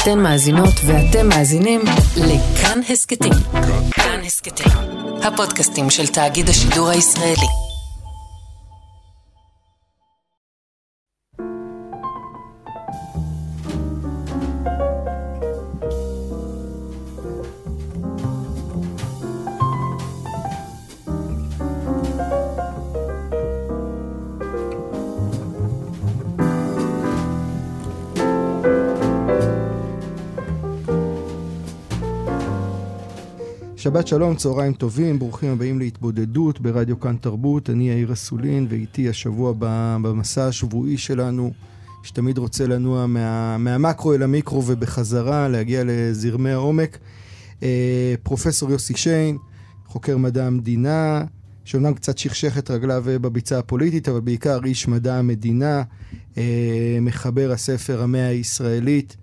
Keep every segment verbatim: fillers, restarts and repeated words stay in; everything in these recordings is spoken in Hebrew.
אתן מאזינות ואתם מאזינים לכאן הסקטים. כאן הסקטים, הפודקאסטים של תאגיד השידור הישראלי. שבת שלום, צהריים טובים, ברוכים הבאים להתבודדות ברדיו כאן תרבות. אני יאיר אסולין, ואיתי השבוע במסע השבועי שלנו, שתמיד רוצה לנוע מה, מהמקרו אל המיקרו ובחזרה, להגיע לזרמי העומק. פרופסור יוסי שיין, חוקר מדע המדינה, שאומנם קצת שכשך את רגליו בביצה הפוליטית, אבל בעיקר איש מדע המדינה, מחבר הספר המאה הישראלית,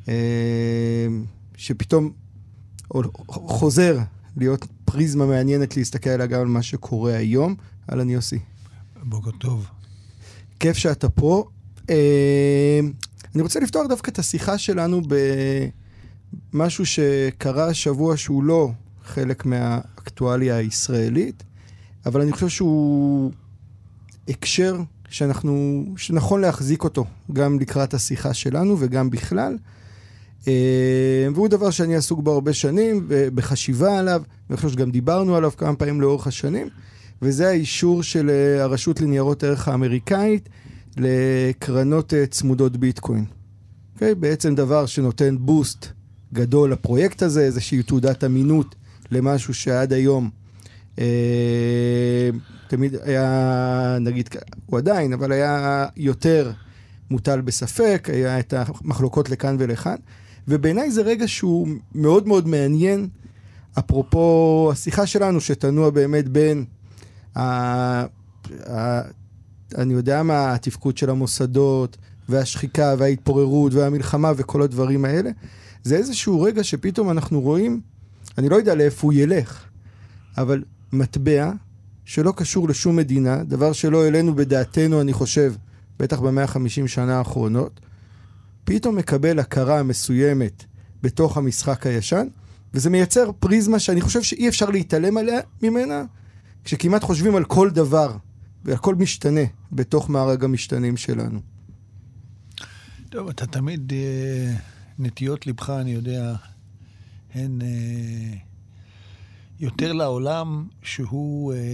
שפתאום חוזר להיות פריזמה מעניינת להסתכל עליה גם על מה שקורה היום. אהלן יוסי. בוקר טוב. כיף שאתה פה. אני רוצה לפתוח דווקא את השיחה שלנו במשהו שקרה השבוע שהוא לא חלק מהאקטואליה הישראלית, אבל אני חושב שהוא הקשר שאנחנו, שנכון להחזיק אותו גם לקראת השיחה שלנו וגם בכלל. והוא דבר שאני עסוק בו הרבה שנים, בחשיבה עליו, ואני חושב שגם דיברנו עליו כמה פעמים לאורך השנים, וזה האישור של הרשות לניירות ערך האמריקאית לקרנות צמודות ביטקוין. Okay? בעצם דבר שנותן בוסט גדול לפרויקט הזה, איזושהי תעודת אמינות למשהו שעד היום אה, תמיד היה, נגיד, הוא עדיין, אבל היה יותר מוטל בספק, היה את המחלוקות לכאן ולכאן, ובעיניי זה רגע שהוא מאוד מאוד מעניין, אפרופו השיחה שלנו שתנוע באמת בין, ה, ה, אני יודע מה, התפקוד של המוסדות, והשחיקה וההתפוררות והמלחמה וכל הדברים האלה, זה איזשהו רגע שפתאום אנחנו רואים, אני לא יודע לאיפה הוא ילך, אבל מטבע שלא קשור לשום מדינה, דבר שלא אלינו בדעתנו, אני חושב, בטח ב-מאה וחמישים שנה האחרונות, פתאום מקבל הכרה מסוימת בתוך המשחק הישן, וזה מייצר פריזמה שאני חושב שאי אפשר להתעלם עליה ממנה, כשכמעט חושבים על כל דבר, והכל משתנה בתוך מארג המשתנים שלנו. טוב, אתה תמיד, אה, נטיות לבך, אני יודע, הן אה, יותר לעולם שהוא, אה,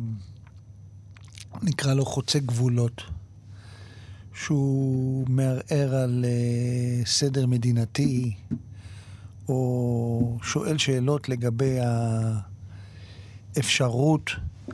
נקרא לו חוצה גבולות. שהוא מערער על uh, סדר מדינתי, או שואל שאלות לגבי האפשרות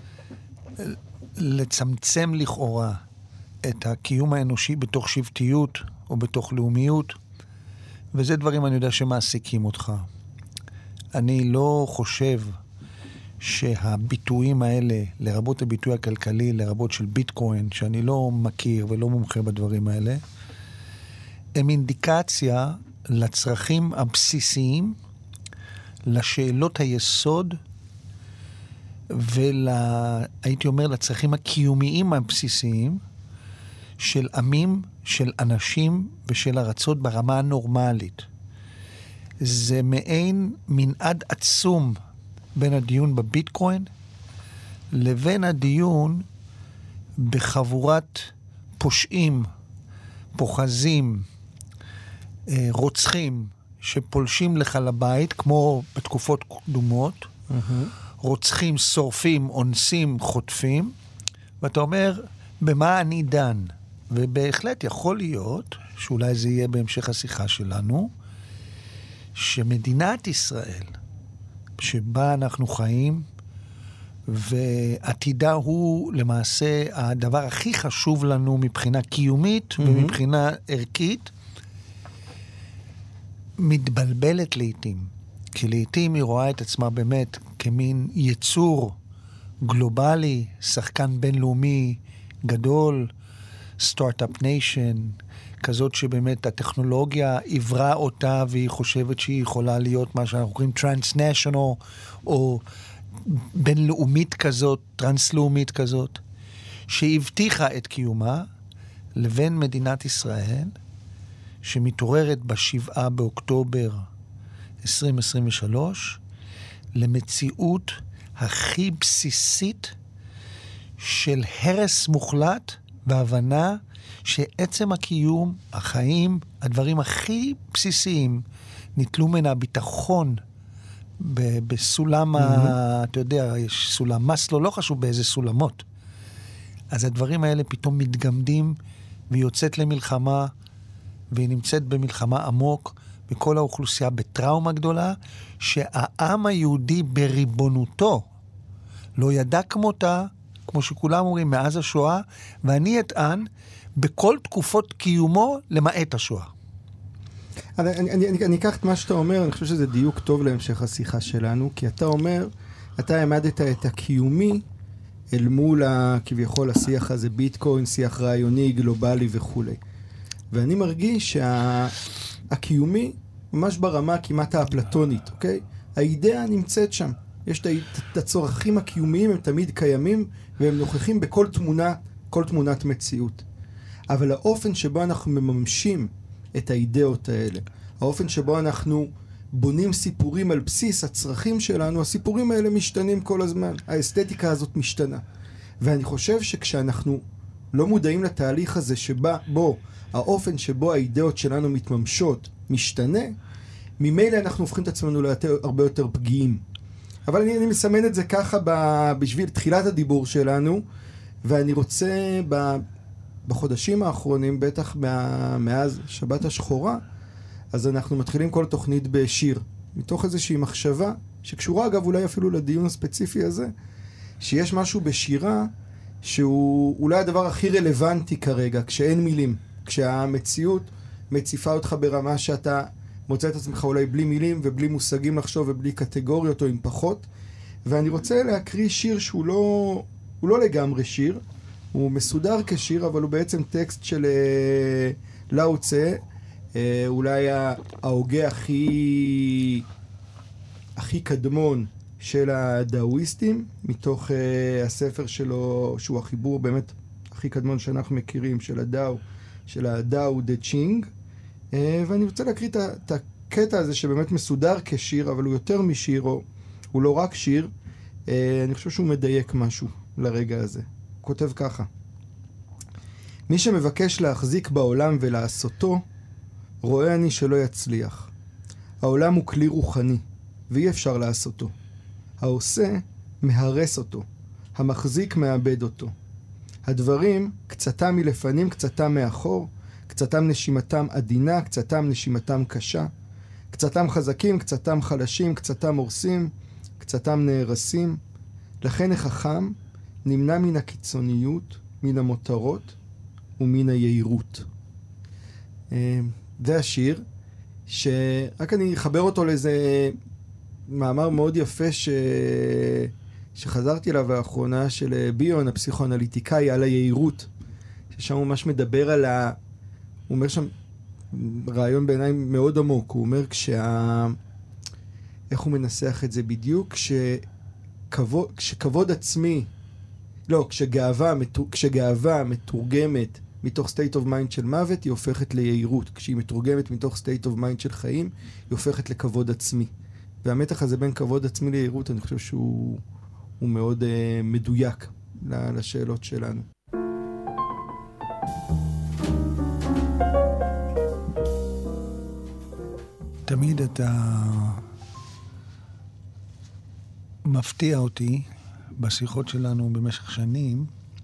לצמצם לכאורה את הקיום האנושי בתוך שבטיות או בתוך לאומיות, וזה דברים אני יודע שמעסיקים אותך. אני לא חושב שהביטויים האלה, לרבות הביטוי הכלכלי, לרבות של ביטקוין, שאני לא מכיר ולא מומחה בדברים האלה, הם אינדיקציה לצרכים הבסיסיים, לשאלות היסוד, והייתי אומר לצרכים הקיומיים הבסיסיים, של עמים, של אנשים ושל ארצות ברמה הנורמלית. זה מעין מנעד עצום, בין הדיון בביטקוין לבין הדיון בחבורת פושעים, פוחזים, רוצחים שפולשים לך לבית, כמו בתקופות קדומות, mm-hmm. רוצחים, שורפים, אונסים, חוטפים, ואתה אומר, במה אני דן? ובהחלט יכול להיות, שאולי זה יהיה בהמשך השיחה שלנו, שמדינת ישראל, שבה אנחנו חיים, ועתידה הוא למעשה הדבר הכי חשוב לנו מבחינה קיומית mm-hmm. ומבחינה ערכית, מתבלבלת לעתים. כי לעתים היא רואה את עצמה באמת כמין יצור גלובלי, שחקן בינלאומי גדול, סטארט-אפ ניישן, כזאת שבאמת הטכנולוגיה עברה אותה והיא חושבת שהיא יכולה להיות מה שאנחנו קוראים טרנס-נשיונל או בינלאומית כזאת, טרנס-לאומית כזאת, שהבטיחה את קיומה לבין מדינת ישראל, שמתעוררת בשבעה באוקטובר עשרים עשרים ושלוש למציאות הכי בסיסית של הרס מוחלט והבנה שעצם הקיום, החיים, הדברים הכי בסיסיים ניטלו מן הביטחון ב- בסולם, mm-hmm. ה- אתה יודע, יש סולם מסלו, לא חשוב באיזה סולמות. אז הדברים האלה פתאום מתגמדים והיא יוצאת למלחמה והיא נמצאת במלחמה עמוק וכל האוכלוסייה בטראומה גדולה שהעם היהודי בריבונותו לא ידע כמותה, כמו שכולם אומרים, מאז השואה, ואני אטען בכל תקופות קיומו למעט השואה. אני, אני, אני, אני אקח את מה שאתה אומר, אני חושב שזה דיוק טוב להמשך השיחה שלנו, כי אתה אומר, אתה העמדת את הקיומי אל מול כביכול השיח הזה, ביטקוין, שיח רעיוני, גלובלי וכו'. ואני מרגיש שהקיומי ממש ברמה כמעט האפלטונית, אוקיי? האידאה נמצאת שם. יש את הצורכים הקיומיים, הם תמיד קיימים, והם נוכחים בכל תמונה, כל תמונת מציאות. אבל האופן שבו אנחנו מממשים את האידאות האלה, האופן שבו אנחנו בונים סיפורים על בסיס הצרכים שלנו, הסיפורים האלה משתנים כל הזמן. האסתטיקה הזאת משתנה. ואני חושב שכשאנחנו לא מודעים לתהליך הזה שבה, בו, האופן שבו האידאות שלנו מתממשות משתנה, ממילא אנחנו הופכים את עצמנו ליותר, הרבה יותר פגיעים. אבל אני, אני מסמן את זה ככה ב, בשביל תחילת הדיבור שלנו, ואני רוצה ב, בחודשים האחרונים, בטח מה, מאז שבת השחורה, אז אנחנו מתחילים כל תוכנית בשיר, מתוך איזושהי מחשבה, שקשורה אגב אולי אפילו לדיון הספציפי הזה, שיש משהו בשירה, שהוא אולי הדבר הכי רלוונטי כרגע, כשאין מילים, כשהמציאות מציפה אותך ברמה שאתה מוצא את עצמך אולי בלי מילים ובלי מושגים לחשוב ובלי קטגוריות או עם פחות. ואני רוצה להקריא שיר שהוא לא, הוא לא לגמרי שיר, הוא מסודר כשיר, אבל הוא בעצם טקסט של אה, לאו צה, אה, אולי ההוגה הכי, הכי קדמון של הדאוויסטים, מתוך אה, הספר שלו, שהוא החיבור באמת הכי קדמון שאנחנו מכירים, של הדאו, של הדאו דה צ'ינג. ואני רוצה להקריא את הקטע הזה שבאמת מסודר כשיר, אבל הוא יותר משיר, או הוא לא רק שיר. אני חושב שהוא מדייק משהו לרגע הזה. הוא כותב ככה: מי שמבקש להחזיק בעולם ולעשותו, רואה אני שלא יצליח. העולם הוא כלי רוחני, ואי אפשר לעשותו. העושה מהרס אותו, המחזיק מאבד אותו. הדברים, קצתם מלפנים, קצתם מאחור, קצתם נשימתם עדינה, קצתם נשימתם קשה, קצתם חזקים, קצתם חלשים, קצתם הורסים, קצתם נהרסים. לכן החכם נמנע מן הקיצוניות, מן המותרות ומן היעירות. זה השיר, שרק אני אחבר אותו לאיזה מאמר מאוד יפה ש... שחזרתי אליו האחרונה, של ביון, הפסיכואנליטיקאי, על היעירות, ששם הוא ממש מדבר על ה... הוא אומר שם רעיון בעיניי מאוד עמוק. הוא אומר כשה... איך הוא מנסח את זה בדיוק? כשכבוד, כשכבוד עצמי, לא, כשגאווה, כשגאווה מתורגמת מתוך state of mind של מוות, היא הופכת ליעירות. כשהיא מתורגמת מתוך state of mind של חיים, היא הופכת לכבוד עצמי. והמתח הזה בין כבוד עצמי ליעירות, אני חושב שהוא הוא מאוד uh, מדויק לשאלות שלנו. תמיד אתה מפתיע אותי בשיחות שלנו במשך שנים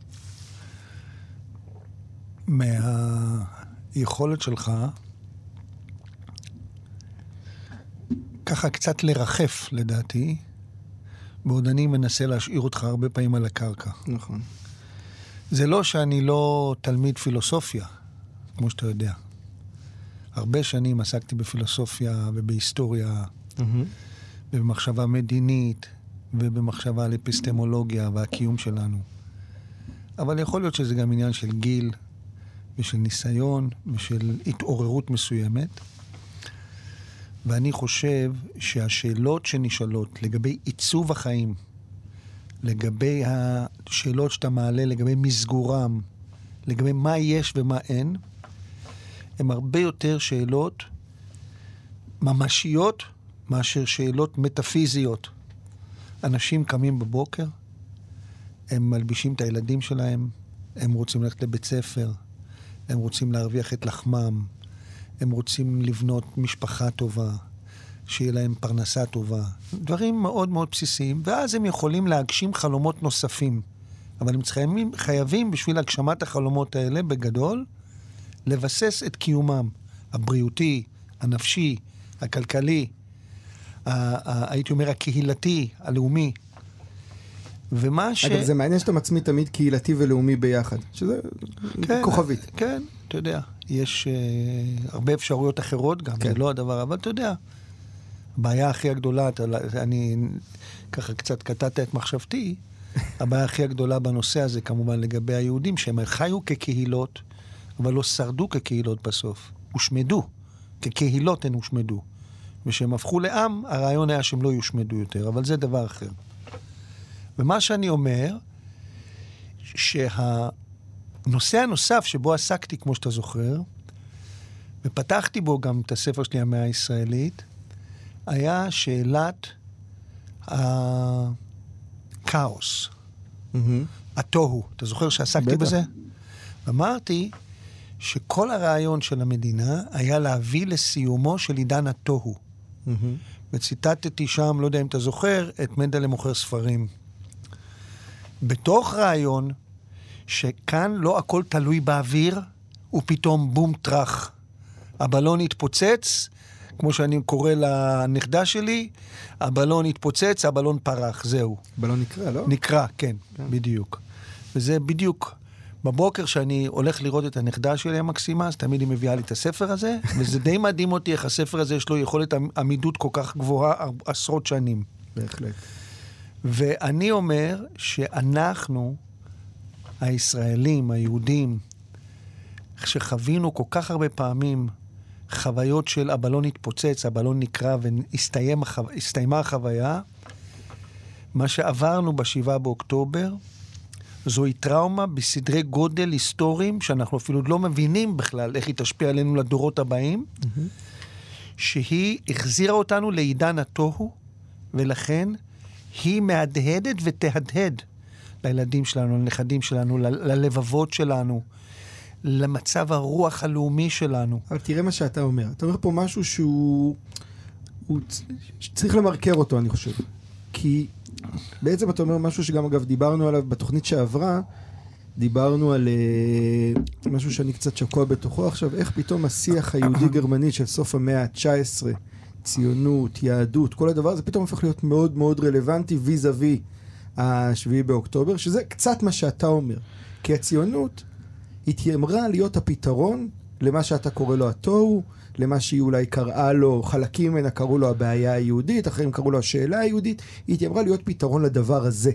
מהיכולת שלך ככה קצת לרחף, לדעתי, בעוד אני מנסה להשאיר אותך הרבה פעמים על הקרקע. נכון. זה לא שאני לא תלמיד פילוסופיה, כמו שאתה יודע. הרבה שנים עסקתי בפילוסופיה ובהיסטוריה, mm-hmm. ובמחשבה מדינית, ובמחשבה על אפיסטמולוגיה והקיום שלנו. אבל יכול להיות שזה גם עניין של גיל, ושל ניסיון, ושל התעוררות מסוימת. ואני חושב שהשאלות שנשאלות לגבי עיצוב החיים, לגבי השאלות שאתה מעלה, לגבי מסגורם, לגבי מה יש ומה אין, הן הרבה יותר שאלות ממשיות מאשר שאלות מטאפיזיות. אנשים קמים בבוקר, הם מלבישים את הילדים שלהם, הם רוצים ללכת לבית ספר, הם רוצים להרוויח את לחמם, הם רוצים לבנות משפחה טובה, שיהיה להם פרנסה טובה. דברים מאוד מאוד בסיסיים, ואז הם יכולים להגשים חלומות נוספים. אבל הם חייבים, חייבים בשביל הגשמת החלומות האלה, בגדול, לבסס את קיומם, הבריאותי, הנפשי, הכלכלי, ה- ה- הייתי אומר הקהילתי, הלאומי. ומה ש... אגב, זה מעניין שאתה מצמיד תמיד קהילתי ולאומי ביחד, שזה כן, כוכבית. כן, אתה יודע, יש uh, הרבה אפשרויות אחרות גם, כן. זה לא הדבר, אבל אתה יודע, הבעיה הכי הגדולה, אתה, אני ככה קצת קטעת את מחשבתי, הבעיה הכי הגדולה בנושא הזה כמובן לגבי היהודים, שהם חיו כקהילות, אבל לא שרדו כקהילות בסוף, הושמדו, כקהילות הן הושמדו. ושהם הפכו לעם, הרעיון היה שהם לא יושמדו יותר, אבל זה דבר אחר. ומה שאני אומר, שהנושא הנוסף שבו עסקתי, כמו שאתה זוכר, ופתחתי בו גם את הספר שלי, המאה הישראלית, היה שאלת הכאוס, mm-hmm. התוהו. אתה זוכר שעסקתי בטח. בזה? אמרתי שכל הרעיון של המדינה היה להביא לסיומו של עידן התוהו. Mm-hmm. וציטטתי שם, לא יודע אם אתה זוכר, את מנדלה מוכר ספרים. בתוך רעיון שכאן לא הכל תלוי באוויר, ופתאום בום טרח. הבלון התפוצץ, כמו שאני קורא לנכדה שלי, הבלון התפוצץ, הבלון פרח, זהו. בלון נקרא, לא? נקרא, כן, כן. בדיוק. וזה בדיוק, בבוקר שאני הולך לראות את הנכדה שלי המקסימה, אז תמיד היא מביאה לי את הספר הזה, וזה די מדהים אותי איך הספר הזה יש לו יכולת עמידות כל כך גבוהה עשרות שנים. בהחלט. ואני אומר שאנחנו, הישראלים, היהודים, שחווינו כל כך הרבה פעמים חוויות של הבלון התפוצץ, הבלון נקרא והסתיימה החוויה, מה שעברנו בשבעה באוקטובר, זוהי טראומה בסדרי גודל היסטוריים, שאנחנו אפילו לא מבינים בכלל איך היא תשפיע עלינו לדורות הבאים, mm-hmm. שהיא החזירה אותנו לעידן התוהו, ולכן היא מהדהדת ותהדהד לילדים שלנו, לנכדים שלנו, ל- ללבבות שלנו, למצב הרוח הלאומי שלנו. אבל תראה מה שאתה אומר. אתה אומר פה משהו שהוא... הוא... צריך למרקר אותו, אני חושב. כי בעצם אתה אומר משהו שגם אגב דיברנו עליו בתוכנית שעברה, דיברנו על uh, משהו שאני קצת שקוע בתוכו עכשיו, איך פתאום השיח היהודי-גרמני של סוף המאה ה-תשע עשרה, ציונות, יהדות, כל הדבר הזה פתאום הופך להיות מאוד מאוד רלוונטי ויזאבי השביעי באוקטובר, שזה קצת מה שאתה אומר. כי הציונות התיימרה להיות הפתרון למה שאתה קורא לו התוהו, למה שהיא אולי קראה לו, חלקים ממנה קראו לו הבעיה היהודית, אחרים קראו לו השאלה היהודית, היא התיימרה להיות פתרון לדבר הזה.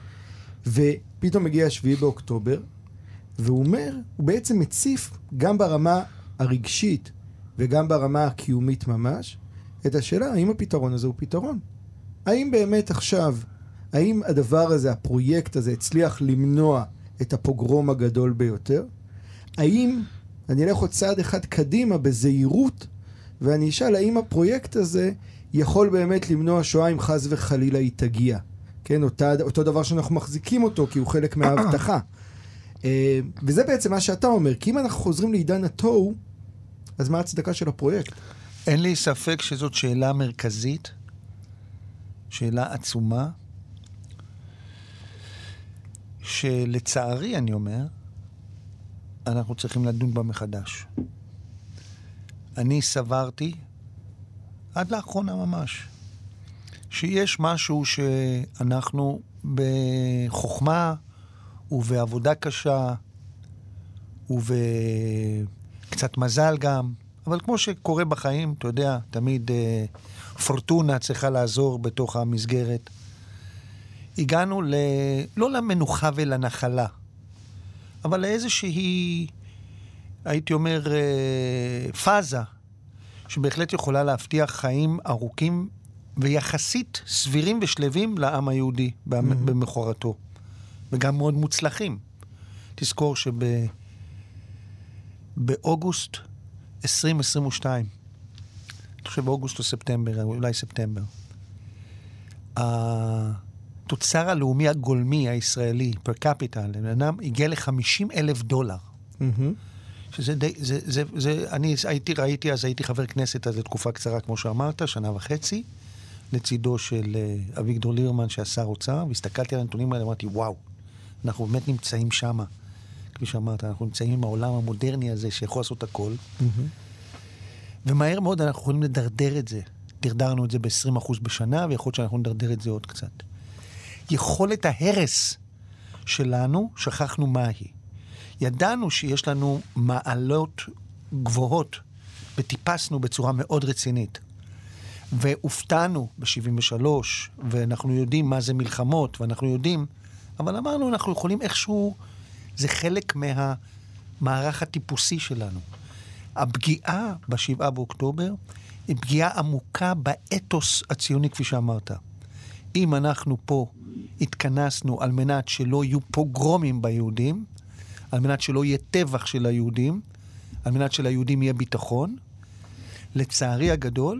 ופתאום מגיע השביעי באוקטובר, והוא אומר, הוא בעצם מציף גם ברמה הרגשית וגם ברמה הקיומית ממש, את השאלה, האם הפתרון הזה הוא פתרון? האם באמת עכשיו, האם הדבר הזה, הפרויקט הזה, הצליח למנוע את הפוגרום הגדול ביותר? האם, אני אלך עוד צעד אחד קדימה בזהירות, ואני אשאל, האם הפרויקט הזה יכול באמת למנוע שואה אם חס וחלילה היא תגיע? כן, אותה, אותו דבר שאנחנו מחזיקים אותו, כי הוא חלק מההבטחה. וזה בעצם מה שאתה אומר, כי אם אנחנו חוזרים לעידן התוהו, אז מה ההצדקה של הפרויקט? אין לי ספק שזאת שאלה מרכזית, שאלה עצומה, שלצערי, אני אומר, אנחנו צריכים לדון בה מחדש. אני סברתי, עד לאחרונה ממש, שיש משהו שאנחנו בחוכמה ובעבודה קשה ובקצת מזל גם, אבל כמו שקורה בחיים, אתה יודע, תמיד אה, פורטונה צריכה לעזור בתוך המסגרת. הגענו ל... לא למנוחה ולנחלה, אבל לאיזושהי, הייתי אומר, אה, פאזה, שבהחלט יכולה להבטיח חיים ארוכים ויחסית סבירים ושלבים לעם היהודי mm-hmm. במחורתו, וגם מאוד מוצלחים. תזכור שבאוגוסט עשרים עשרים ושתיים. אני חושב אוגוסט או ספטמבר, אולי ספטמבר. התוצר הלאומי הגולמי הישראלי, פר קפיטל, לבנם, הגיע ל-חמישים אלף דולר. שזה די, זה, זה, זה, אני הייתי, ראיתי, אז הייתי חבר כנסת, אז לתקופה קצרה, כמו שאמרת, שנה וחצי, לצידו של אביגדור ליברמן, שהשר אוצר, והסתכלתי על הנתונים האלה, אמרתי, וואו, אנחנו באמת נמצאים שם. כפי שאמרת, אנחנו נמצאים בעולם המודרני הזה, שיכול לעשות הכל. ומהר מאוד אנחנו יכולים לדרדר את זה. דרדרנו את זה ב-עשרים אחוז בשנה, ויכול להיות שאנחנו נדרדר את זה עוד קצת. יכולת ההרס שלנו, שכחנו מהי. ידענו שיש לנו מעלות גבוהות, וטיפסנו בצורה מאוד רצינית. והופתענו ב-שבעים ושלוש, ואנחנו יודעים מה זה מלחמות, ואנחנו יודעים, אבל אמרנו, אנחנו יכולים איכשהו, זה חלק מהמערך הטיפוסי שלנו. הפגיעה בשבעה באוקטובר, היא פגיעה עמוקה באתוס הציוני, כפי שאמרת. אם אנחנו פה התכנסנו על מנת שלא יהיו פוגרומים ביהודים, על מנת שלא יהיה טבח של היהודים, על מנת שליהודים יהיה ביטחון, לצערי הגדול,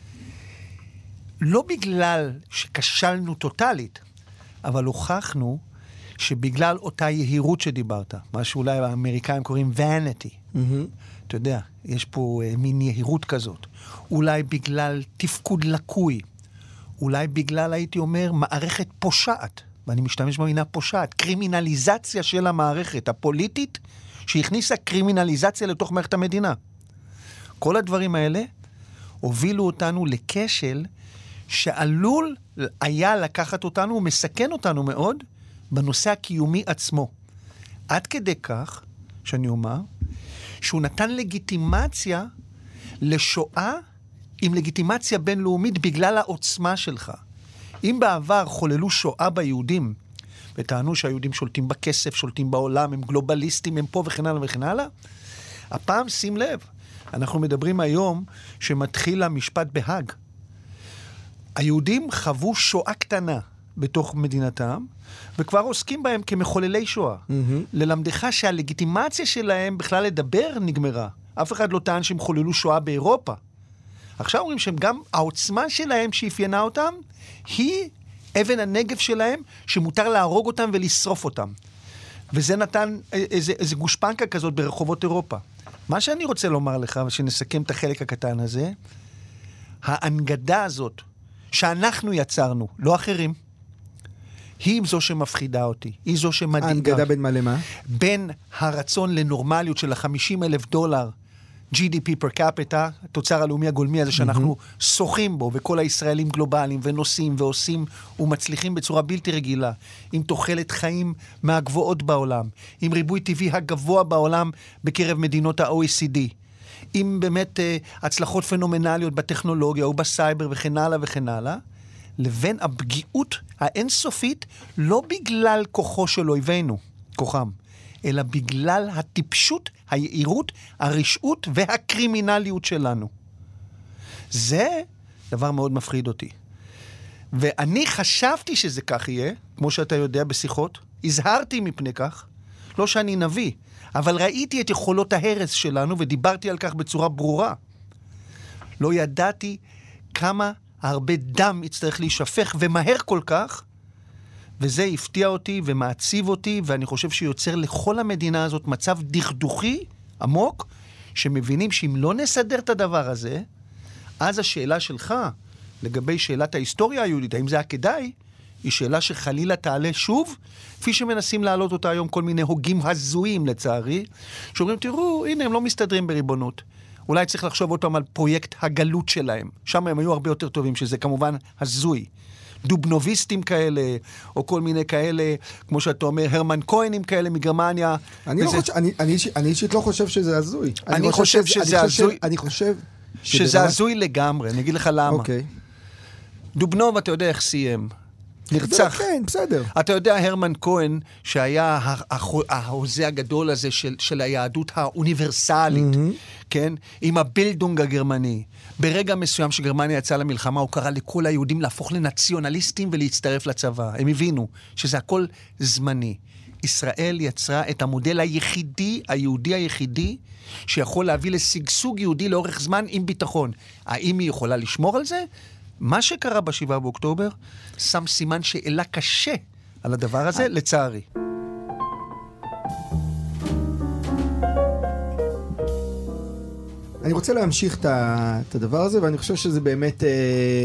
לא בגלל שכשלנו טוטלית, אבל הוכחנו שבגלל אותה יהירות שדיברת, מה שאולי האמריקאים קוראים vanity, mm-hmm. אתה יודע, יש פה uh, מין יהירות כזאת, אולי בגלל תפקוד לקוי, אולי בגלל, הייתי אומר, מערכת פושעת, ואני משתמש במינה פושעת, קרימינליזציה של המערכת הפוליטית, שהכניסה קרימינליזציה לתוך מערכת המדינה. כל הדברים האלה הובילו אותנו לכשל שעלול היה לקחת אותנו ומסכן אותנו מאוד בנושא הקיומי עצמו. עד כדי כך, שאני אומר, שהוא נתן לגיטימציה לשואה עם לגיטימציה בינלאומית בגלל העוצמה שלך. אם בעבר חוללו שואה ביהודים, וטענו שהיהודים שולטים בכסף, שולטים בעולם, הם גלובליסטים, הם פה וכן הלאה וכן הלאה, הפעם שים לב, אנחנו מדברים היום שמתחיל המשפט בהאג. היהודים חוו שואה קטנה בתוך מדינתם, וכבר עוסקים בהם כמחוללי שואה. Mm-hmm. ללמדך שהלגיטימציה שלהם בכלל לדבר נגמרה. אף אחד לא טען שהם חוללו שואה באירופה. עכשיו אומרים שהם גם העוצמה שלהם שאפיינה אותם, היא אבן הנגף שלהם, שמותר להרוג אותם ולשרוף אותם. וזה נתן איזה, איזה גושפנקה כזאת ברחובות אירופה. מה שאני רוצה לומר לך, ושנסכם את החלק הקטן הזה, ההנגדה הזאת, שאנחנו יצרנו, לא אחרים, היא זו שמפחידה אותי, היא זו שמדאיגה. ההנגדה בין מה למה? בין הרצון לנורמליות של ה-חמישים אלף דולר ג'י די פי פר קפיטה, התוצר הלאומי הגולמי הזה שאנחנו mm-hmm. שוחים בו, וכל הישראלים גלובליים ונוסעים ועושים ומצליחים בצורה בלתי רגילה, עם תוחלת חיים מהגבוהות בעולם, עם ריבוי טבעי הגבוה בעולם בקרב מדינות ה-או אי סי די, עם באמת uh, הצלחות פנומנליות בטכנולוגיה או בסייבר וכן הלאה וכן הלאה, לבין הפגיעות האינסופית, לא בגלל כוחו של אויבינו, כוחם, אלא בגלל הטיפשות, היעירות, הרשעות והקרימינליות שלנו. זה דבר מאוד מפחיד אותי. ואני חשבתי שזה כך יהיה, כמו שאתה יודע בשיחות, הזהרתי מפני כך, לא שאני נביא, אבל ראיתי את יכולות ההרס שלנו ודיברתי על כך בצורה ברורה. לא ידעתי כמה הרבה דם יצטרך להישפך ומהר כל כך, וזה הפתיע אותי ומעציב אותי, ואני חושב שיוצר לכל המדינה הזאת מצב דכדוכי עמוק, שמבינים שאם לא נסדר את הדבר הזה, אז השאלה שלך לגבי שאלת ההיסטוריה היהודית, האם זה היה כדאי, היא שאלה שחלילה תעלה שוב, כפי שמנסים להעלות אותה היום כל מיני הוגים הזויים לצערי, שאומרים, תראו, הנה הם לא מסתדרים בריבונות. אולי צריך לחשוב אותם על פרויקט הגלות שלהם. שם הם היו הרבה יותר טובים, שזה כמובן הזוי. דובנוביסטים כאלה, או כל מיני כאלה, כמו שאתה אומר, הרמן כהנים כאלה מגרמניה. אני, וזה... לא חושב, אני, אני, אני אישית לא חושב שזה הזוי. אני, אני חושב שזה, שזה אני הזוי. חושב, אני חושב שזה שבדבר... הזוי לגמרי, אני אגיד לך למה. אוקיי. דובנוב, אתה יודע איך סיים. נרצח. כן, בסדר. אתה יודע, הרמן כהן, שהיה ההוזה הגדול הזה של, של היהדות האוניברסלית, mm-hmm. כן? עם הבילדונג הגרמני. ברגע מסוים שגרמניה יצאה למלחמה, הוא קרא לכל היהודים להפוך לנציונליסטים ולהצטרף לצבא. הם הבינו שזה הכל זמני. ישראל יצרה את המודל היחידי, היהודי היחידי, שיכול להביא לסגסוג יהודי לאורך זמן עם ביטחון. האם היא יכולה לשמור על זה? מה שקרה בשבעה באוקטובר, שם סימן שאלה קשה על הדבר הזה, לצערי. אני רוצה להמשיך את הדבר הזה, ואני חושב שזה באמת אה,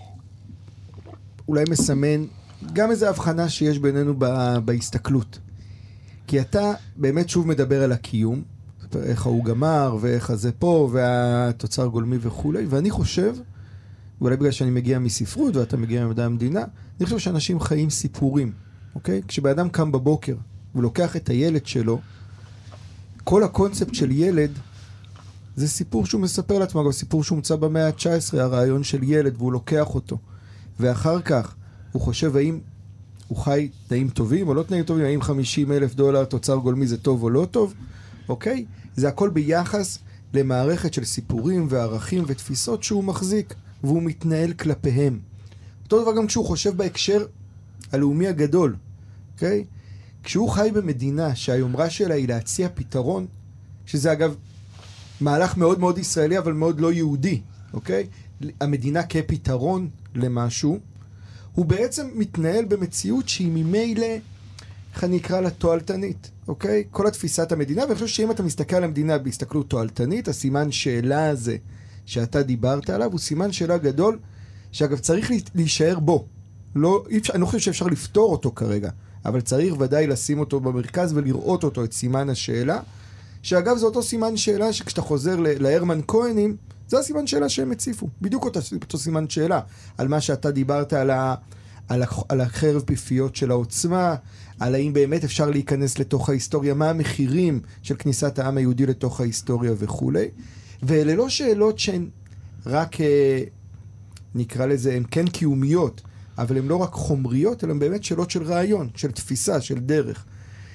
אולי מסמן גם איזו הבחנה שיש בינינו ב, בהסתכלות. כי אתה באמת שוב מדבר על הקיום, איך הוא גמר, ואיך זה פה, והתוצר גולמי וכו'. ואני חושב, ואולי בגלל שאני מגיע מספרות, ואתה מגיע ממדעי המדינה, אני חושב שאנשים חיים סיפורים, אוקיי? כשבאדם קם בבוקר, הוא לוקח את הילד שלו, כל הקונספט של ילד, זה סיפור שהוא מספר לעצמו, גם סיפור שהוא מצא במאה ה-תשע עשרה, הרעיון של ילד, והוא לוקח אותו. ואחר כך, הוא חושב האם הוא חי תנאים טובים או לא תנאים טובים, האם חמישים אלף דולר תוצר גולמי זה טוב או לא טוב, אוקיי? זה הכל ביחס למערכת של סיפורים וערכים ותפיסות שהוא מחזיק, והוא מתנהל כלפיהם. אותו דבר גם כשהוא חושב בהקשר הלאומי הגדול, אוקיי? כשהוא חי במדינה שהיומרה שלה היא להציע פתרון, שזה אגב מהלך מאוד מאוד ישראלי, אבל מאוד לא יהודי, אוקיי? המדינה כפתרון למשהו, הוא בעצם מתנהל במציאות שהיא ממילא, איך אני אקרא לה, תועלתנית, אוקיי? כל התפיסת המדינה, ואני חושב שאם אתה מסתכל על המדינה בהסתכלות תועלתנית, הסימן שאלה הזה שאתה דיברת עליו, הוא סימן שאלה גדול, שאגב צריך להישאר בו. לא, אפשר, אני לא חושב שאפשר לפתור אותו כרגע, אבל צריך ודאי לשים אותו במרכז ולראות אותו, את סימן השאלה, שאגב זה אותו סימן שאלה שכשאתה חוזר להרמן כהנים, זה הסימן שאלה שהם הציפו, בדיוק אותו, אותו סימן שאלה, על מה שאתה דיברת על, ה, על, ה, על החרב פיפיות של העוצמה, על האם באמת אפשר להיכנס לתוך ההיסטוריה, מה המחירים של כניסת העם היהודי לתוך ההיסטוריה וכו'. ואלה לא שאלות שהן רק, נקרא לזה, הן כן קיומיות, אבל הן לא רק חומריות, אלא הן באמת שאלות של רעיון, של תפיסה, של דרך.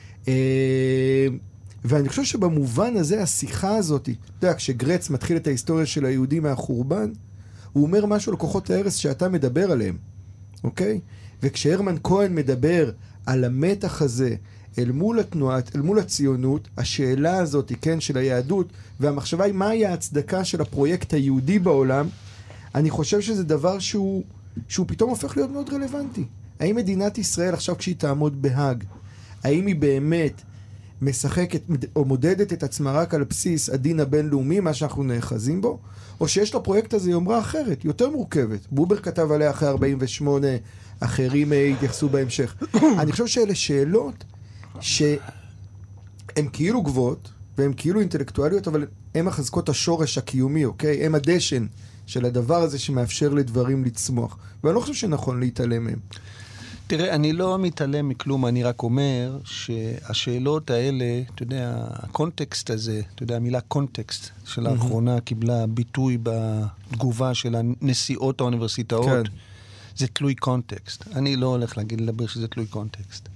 ואני חושב שבמובן הזה, השיחה הזאת, אתה יודע, כשגרץ מתחיל את ההיסטוריה של היהודים מהחורבן, הוא אומר משהו על כוחות ההרס שאתה מדבר עליהם, אוקיי? וכשהרמן כהן מדבר על המתח הזה, אל מול התנועה, אל מול הציונות, השאלה הזאת, כן, של היהדות, והמחשבה היא מהי ההצדקה של הפרויקט היהודי בעולם, אני חושב שזה דבר שהוא, שהוא פתאום הופך להיות מאוד רלוונטי. האם מדינת ישראל עכשיו כשהיא תעמוד בהאג, האם היא באמת משחקת או מודדת את עצמה רק על בסיס הדין הבינלאומי, מה שאנחנו נאחזים בו, או שיש לפרויקט הזה יומרה אחרת, יותר מורכבת. בובר כתב עליה אחרי ארבעים ושמונה, אחרים התייחסו בהמשך. אני חושב שאלה שאלות שהן כאילו גבוהות, והן כאילו אינטלקטואליות, אבל הן מחזקות השורש הקיומי, אוקיי? הן הדשן של הדבר הזה שמאפשר לדברים לצמוח. ואני לא חושב שנכון להתעלם מהם. תראה, אני לא מתעלם מכלום, אני רק אומר שהשאלות האלה, אתה יודע, הקונטקסט הזה, אתה יודע, המילה קונטקסט של האחרונה קיבלה ביטוי בתגובה של הנשיאות האוניברסיטאות. כן. זה תלוי קונטקסט. אני לא הולך להגיד לדבר שזה תלוי קונטקסט.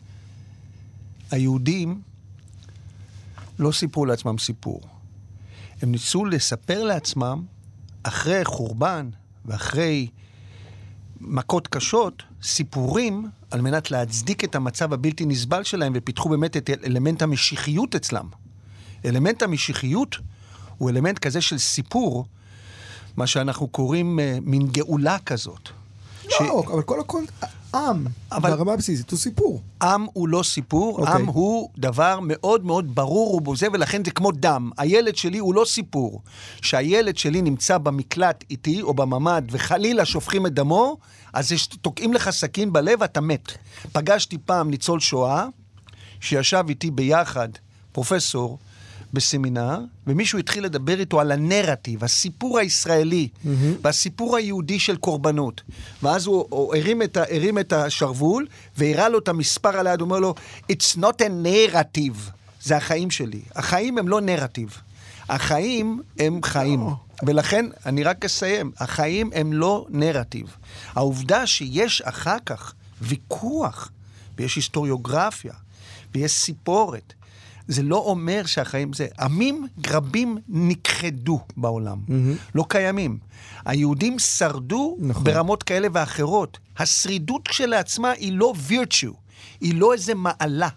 היהודים לא סיפרו לעצמם סיפור. הם ניסו לספר לעצמם, אחרי חורבן ואחרי מכות קשות, סיפורים על מנת להצדיק את המצב הבלתי נסבל שלהם, ופיתחו באמת את אלמנט המשיחיות אצלם. אלמנט המשיחיות הוא אלמנט כזה של סיפור, מה שאנחנו קוראים מין גאולה כזאת. לא, ש... אבל כל הכל, עם, אבל... ברמה הבסיסית, הוא סיפור. עם הוא לא סיפור, okay. עם הוא דבר מאוד מאוד ברור ובוזה, ולכן זה כמו דם. הילד שלי הוא לא סיפור. שהילד שלי נמצא במקלט איתי, או בממד, וחלילה שופכים את דמו, אז תוקעים לך סכין בלב, אתה מת. פגשתי פעם ניצול שואה, שישב איתי ביחד, פרופסור, בסמינר, ומישהו התחיל לדבר איתו על הנרטיב, הסיפור הישראלי, mm-hmm. והסיפור היהודי של קורבנות. ואז הוא, הוא הרים, את, הרים את השרוול, והראה לו את המספר על היד, הוא אומר לו, It's not a narrative. זה החיים שלי. החיים הם לא נרטיב. החיים הם חיים. Oh. ולכן, אני רק אסיים, החיים הם לא נרטיב. העובדה שיש אחר כך ויכוח, ויש היסטוריוגרפיה, ויש סיפורת, זה לא אומר שהחיים זה. עמים רבים נכחדו בעולם. Mm-hmm. לא קיימים. היהודים שרדו נכון. ברמות כאלה ואחרות. השרידות כשלעצמה היא לא virtue. היא לא איזה מעלה.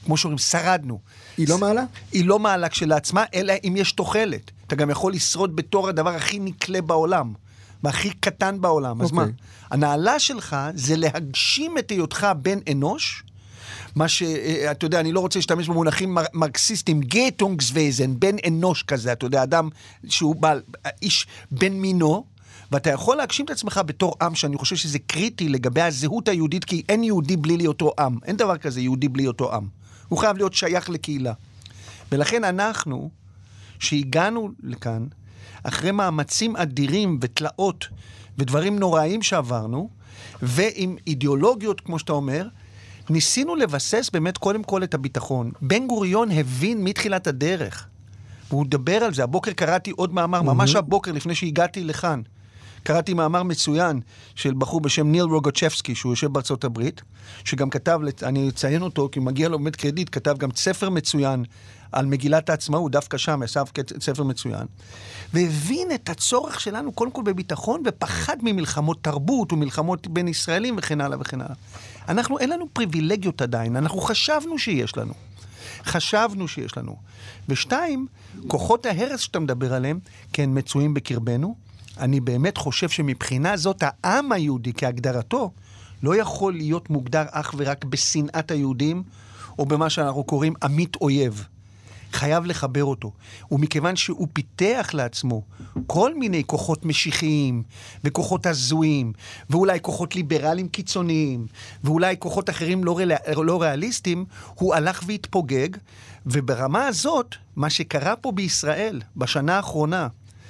כמו שאומרים, שרדנו. היא לא מעלה? היא לא מעלה כשלעצמה, אלא אם יש תוחלת. אתה גם יכול לשרוד בתור הדבר הכי נקלה בעולם, והכי קטן בעולם. אז מה? הנעלה שלך זה להגשים את היותך בן אנוש, מה שאתה יודע, אני לא רוצה להשתמש במונחים מרקסיסטיים, גטונגסוויזן, בן אנוש כזה, אתה יודע, אדם שהוא בעל, איש בן מינו, ואתה יכול להגשים את עצמך בתור עם, שאני חושב שזה קריטי לגבי הזהות היהודית, כי אין יהודי בלי ליותו עם. אין דבר כזה יהודי בלי אותו עם. הוא חייב להיות שייך לקהילה. ולכן אנחנו, שהגענו לכאן, אחרי מאמצים אדירים ותלאות, ודברים נוראים שעברנו, ועם אידיאולוגיות, כמו שאתה אומר, ניסינו לבסס באמת קודם כל את הביטחון. בן גוריון הבין מתחילת הדרך, והוא דבר על זה. הבוקר קראתי עוד מאמר, ממש הבוקר לפני שהגעתי לכאן. קראתי מאמר מצוין של בחור בשם ניל רוגוצ'בסקי, שהוא יושב בארצות הברית, שגם כתב, אני אציין אותו, כי מגיע לו באמת קרדיט, כתב גם ספר מצוין על מגילת העצמאות, דווקא שם, ישב ספר מצוין, והבין את הצורך שלנו קודם כל בביטחון, ופחד ממלחמות תרבות ומלחמות בין ישראלים וכן הלאה וכן הלאה. אנחנו, אין לנו פריבילגיות עדיין, אנחנו חשבנו שיש לנו. חשבנו שיש לנו. ושתיים, כוחות ההרס שאתה מדבר עליהם, כן, מצויים בקרבנו. אני באמת חושב שמבחינה זאת, העם היהודי כהגדרתו, לא יכול להיות מוגדר אך ורק בשנאת היהודים, או במה שאנחנו קוראים עמית אויב. חייב לחבר אותו. ומכיוון שהוא פיתח לעצמו כל מיני כוחות משיחיים, וכוחות הזויים, ואולי כוחות ליברליים קיצוניים, ואולי כוחות אחרים לא, ריאל, לא ריאליסטיים, הוא הלך והתפוגג, וברמה הזאת, מה שקרה פה בישראל, בשנה האחרונה,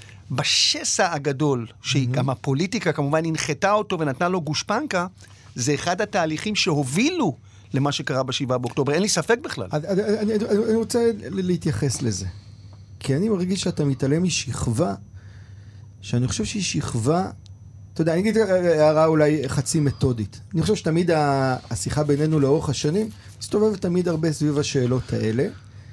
בשסע הגדול, שגם הפוליטיקה כמובן הנחתה אותו ונתנה לו גושפנקה, זה אחד התהליכים שהובילו למה שקרה בשבעה באוקטובר. אין לי ספק בכלל. אני, אני, אני רוצה להתייחס לזה. כי אני מרגיש שאתה מתעלם משכבה, שאני חושב שהיא שכבה, אתה יודע, אני אגיד הערה אולי חצי מתודית. אני חושב שתמיד השיחה בינינו לאורך השנים, מסתובבת תמיד הרבה סביב השאלות האלה,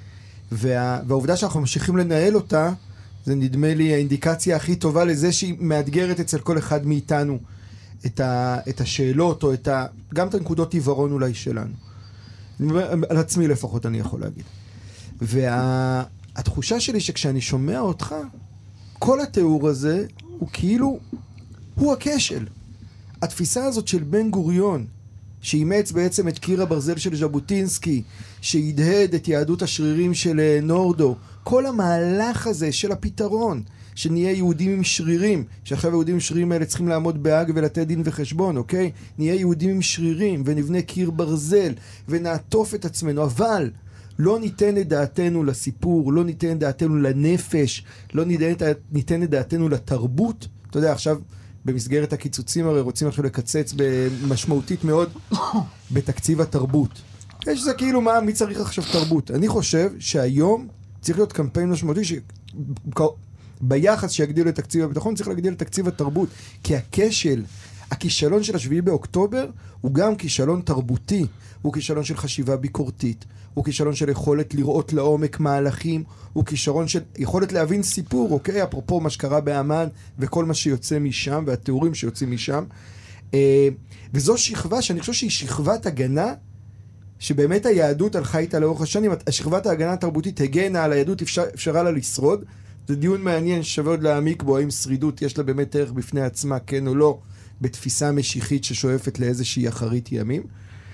וה, והעובדה שאנחנו ממשיכים לנהל אותה, זה נדמה לי האינדיקציה הכי טובה לזה שהיא מאתגרת אצל כל אחד מאיתנו את, ה, את השאלות, או את ה, גם את הנקודות עיוורון אולי שלנו. על עצמי לפחות אני יכול להגיד. והתחושה שלי שכשאני שומע אותך, כל התיאור הזה הוא כאילו, הוא הכשל. התפיסה הזאת של בן גוריון, שאימץ בעצם את קיר הברזל של ז'בוטינסקי, שהדהד את יהדות השרירים של נורדו, כל המהלך הזה של הפתרון, שנהיה יהודים עם שרירים, שעכשיו היהודים עם שרירים האלה צריכים לעמוד בהאג ולתת דין וחשבון, אוקיי? נהיה יהודים עם שרירים ונבנה קיר ברזל ונעטוף את עצמנו, אבל לא ניתן את דעתנו לסיפור, לא ניתן את דעתנו לנפש, לא ניתן את דעתנו לתרבות. אתה יודע, עכשיו במסגרת הקיצוצים הרי רוצים עכשיו לקצץ במשמעותית מאוד בתקציב התרבות. יש זה כאילו מה, מי צריך עכשיו תרבות? אני חושב שהיום צריך להיות קמפיין משמעותי שביחס שיגדיל את תקציב הביטחון צריך להגדיל את תקציב התרבות, כי הכשל, הכישלון של השביעי באוקטובר הוא גם כישלון תרבותי, הוא כישלון של חשיבה ביקורתית, הוא כישלון של יכולת לראות לעומק מהלכים, הוא כישלון של יכולת להבין סיפור, אוקיי? אפרופו מה שקרה באמן וכל מה שיוצא משם והתיאורים שיוצאים משם. וזו שכבה שאני חושב שהיא שכבת הגנה, שבאמת היהדות הלכה איתה לאורך השנים, השכבת ההגנה התרבותית הגנה על היהדות, אפשר, אפשרה לה לשרוד. זה דיון מעניין ששווה עוד להעמיק בו, האם שרידות יש לה באמת ערך בפני עצמה, כן או לא, בתפיסה משיחית ששואפת לאיזושהי אחרית ימים.